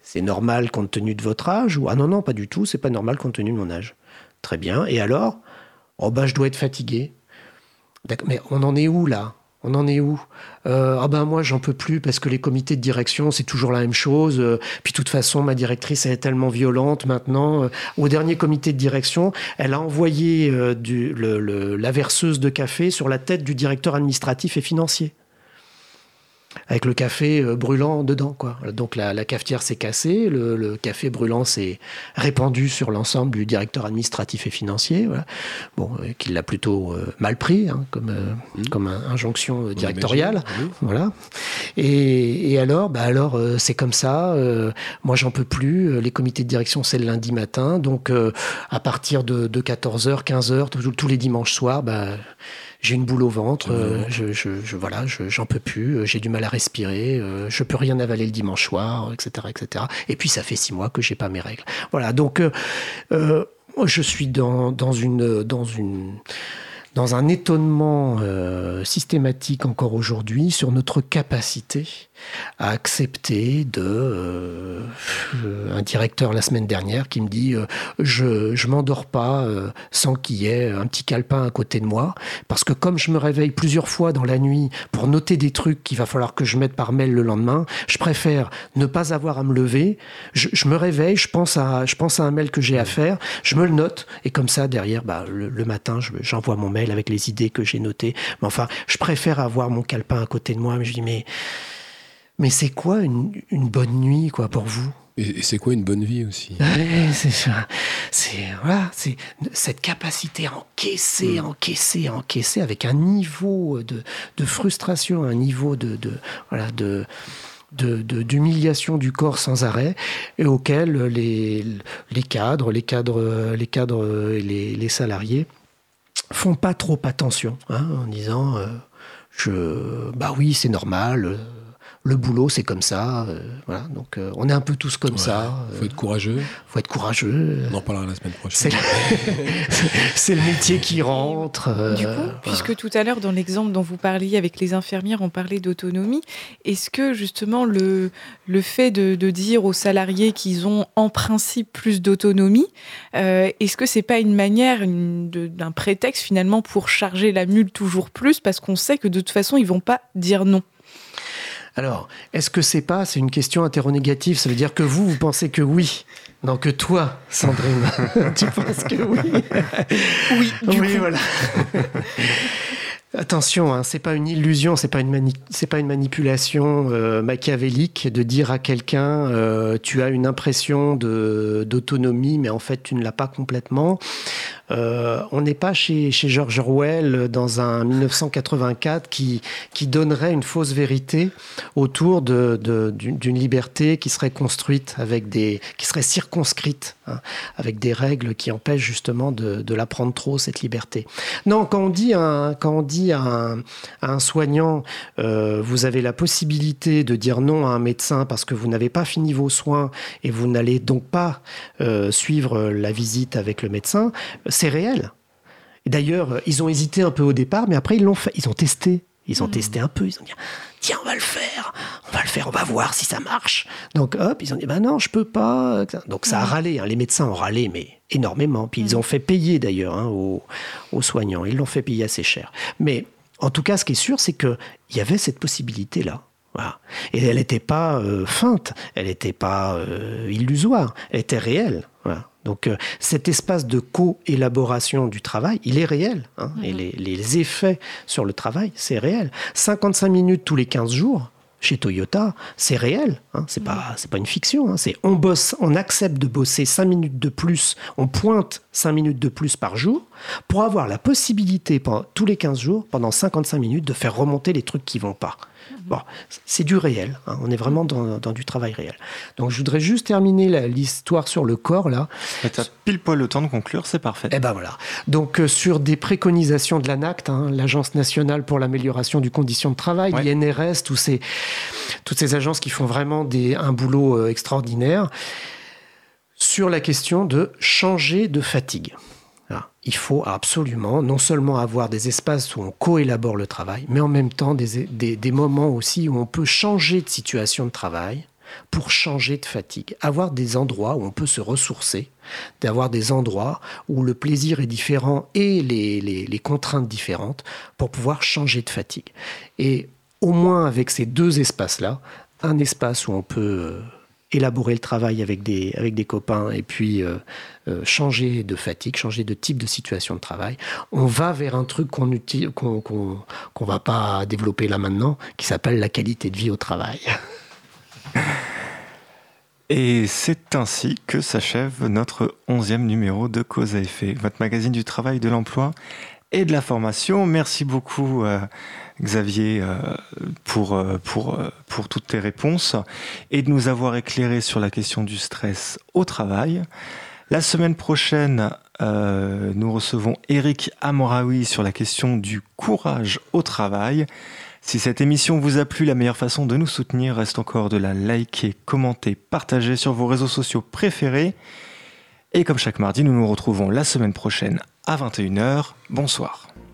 C'est normal compte tenu de votre âge ?» ou « Ah non, non, pas du tout, c'est pas normal compte tenu de mon âge. » Très bien. Et alors ? « Oh bah, je dois être fatigué. » D'accord. Mais on en est où, là ? On en est où ? euh, Ah ben moi, j'en peux plus parce que les comités de direction, c'est toujours la même chose. Euh, puis de toute façon, ma directrice, elle est tellement violente maintenant. Euh, au dernier comité de direction, elle a envoyé euh, du, le, le, la verseuse de café sur la tête du directeur administratif et financier. Avec le café euh, brûlant dedans, quoi. Donc la, la cafetière s'est cassée, le, le café brûlant s'est répandu sur l'ensemble du directeur administratif et financier, voilà. Bon, euh, qu'il l'a plutôt euh, mal pris, hein, comme, euh, mmh. comme un, injonction euh, directoriale, oui. Voilà. Et, et alors, bah alors euh, c'est comme ça. Euh, moi, j'en peux plus. Les comités de direction, c'est le lundi matin, donc euh, à partir de, de quatorze heures, quinze heures, tous, tous les dimanches soirs, bah j'ai une boule au ventre, euh, je, je, je, voilà, je, j'en peux plus, j'ai du mal à respirer, euh, je peux rien avaler le dimanche soir, et cetera, et cetera. Et puis ça fait six mois que j'ai pas mes règles. Voilà, donc euh, euh, je suis dans, dans une, dans une, dans un étonnement euh, systématique encore aujourd'hui sur notre capacité à accepter de euh, un directeur la semaine dernière qui me dit euh, je je m'endors pas euh, sans qu'il y ait un petit calepin à côté de moi parce que comme je me réveille plusieurs fois dans la nuit pour noter des trucs qu'il va falloir que je mette par mail le lendemain, je préfère ne pas avoir à me lever, je, je me réveille, je pense à je pense à un mail que j'ai à faire, je me le note et comme ça derrière bah le, le matin je, j'envoie mon mail avec les idées que j'ai notées. Mais enfin, je préfère avoir mon calepin à côté de moi, mais je dis mais Mais c'est quoi une, une bonne nuit, quoi, pour vous ? Et, et c'est quoi une bonne vie aussi ? Ouais, c'est, c'est, voilà, c'est cette capacité à encaisser, mmh. encaisser, encaisser avec un niveau de, de frustration, un niveau de, de, voilà, de, de, de, d'humiliation du corps sans arrêt, et auquel les, les cadres, les cadres, les cadres et les, les salariés font pas trop attention, hein, en disant euh, je, bah oui, c'est normal. Euh, Le boulot, c'est comme ça. Euh, voilà. Donc, euh, on est un peu tous comme ouais, ça. Il faut euh, être courageux. Il faut être courageux. On en parlera la semaine prochaine. C'est, c'est le métier qui rentre. Euh, du coup, voilà. Puisque tout à l'heure, dans l'exemple dont vous parliez avec les infirmières, on parlait d'autonomie, est-ce que justement le, le fait de, de dire aux salariés qu'ils ont en principe plus d'autonomie, euh, est-ce que c'est pas une manière, une, de, d'un prétexte finalement pour charger la mule toujours plus parce qu'on sait que de toute façon, ils vont pas dire non? Alors, est-ce que c'est pas, c'est une question interrogative, ça veut dire que vous, vous pensez que oui. Non, que toi, Sandrine, tu penses que oui. Oui, du oui, coup. Voilà. Attention, hein, c'est pas une illusion, c'est pas une mani- c'est pas une manipulation euh, machiavélique de dire à quelqu'un euh, tu as une impression de d'autonomie, mais en fait tu ne l'as pas complètement. Euh, on n'est pas chez chez George Orwell dans un dix-neuf cent quatre-vingt-quatre qui qui donnerait une fausse vérité autour de, de d'une, d'une liberté qui serait construite avec des qui serait circonscrite, hein, avec des règles qui empêchent justement de de la prendre trop cette liberté. Non, quand on dit un quand on dit à un, à un soignant, euh, vous avez la possibilité de dire non à un médecin parce que vous n'avez pas fini vos soins et vous n'allez donc pas euh, suivre la visite avec le médecin, c'est réel. Et d'ailleurs, ils ont hésité un peu au départ, mais après ils l'ont fait, ils ont testé. Ils ont mmh. testé un peu, ils ont dit tiens, on va le faire, on va le faire, on va voir si ça marche. Donc hop, ils ont dit bah non, je peux pas. Donc ça a râlé, hein. Les médecins ont râlé, mais énormément. Puis mmh. ils ont fait payer d'ailleurs hein, aux, aux soignants, ils l'ont fait payer assez cher. Mais en tout cas, ce qui est sûr, c'est qu'il y avait cette possibilité-là. Voilà. Et elle n'était pas euh, feinte, elle n'était pas euh, illusoire, elle était réelle. Voilà. Donc euh, cet espace de co-élaboration du travail, il est réel. Hein, mmh. Et les, les effets sur le travail, c'est réel. cinquante-cinq minutes tous les quinze jours, chez Toyota, c'est réel. Hein, c'est, mmh. pas, c'est pas une fiction. Hein, c'est on bosse, on accepte de bosser cinq minutes de plus, on pointe cinq minutes de plus par jour pour avoir la possibilité, pendant, tous les quinze jours, pendant cinquante-cinq minutes, de faire remonter les trucs qui ne vont pas. Bon, c'est du réel, hein. On est vraiment dans, dans du travail réel. Donc je voudrais juste terminer la, l'histoire sur le corps là. Tu as pile poil le temps de conclure, c'est parfait. Eh ben voilà. Donc euh, sur des préconisations de l'ANACT, hein, l'Agence nationale pour l'amélioration du conditions de travail, ouais. l'I N R S, tous ces, toutes ces agences qui font vraiment des, un boulot euh, extraordinaire, sur la question de changer de fatigue. Alors, il faut absolument non seulement avoir des espaces où on co-élabore le travail, mais en même temps des, des, des moments aussi où on peut changer de situation de travail pour changer de fatigue. Avoir des endroits où on peut se ressourcer, d'avoir des endroits où le plaisir est différent et les, les, les contraintes différentes pour pouvoir changer de fatigue. Et au moins avec ces deux espaces-là, un espace où on peut euh, élaborer le travail avec des, avec des copains et puis euh, euh, changer de fatigue, changer de type de situation de travail, on va vers un truc qu'on utilise, qu'on, qu'on, qu'on va pas développer là maintenant, qui s'appelle la qualité de vie au travail. Et c'est ainsi que s'achève notre onzième numéro de Cause à effet, votre magazine du travail, de l'emploi et de la formation. Merci beaucoup euh, Xavier euh, pour, euh, pour, euh, pour toutes tes réponses et de nous avoir éclairé sur la question du stress au travail. La semaine prochaine, euh, nous recevons Eric Amoraoui sur la question du courage au travail. Si cette émission vous a plu, la meilleure façon de nous soutenir reste encore de la liker, commenter, partager sur vos réseaux sociaux préférés. Et comme chaque mardi, nous nous retrouvons la semaine prochaine à vingt et une heures. Bonsoir.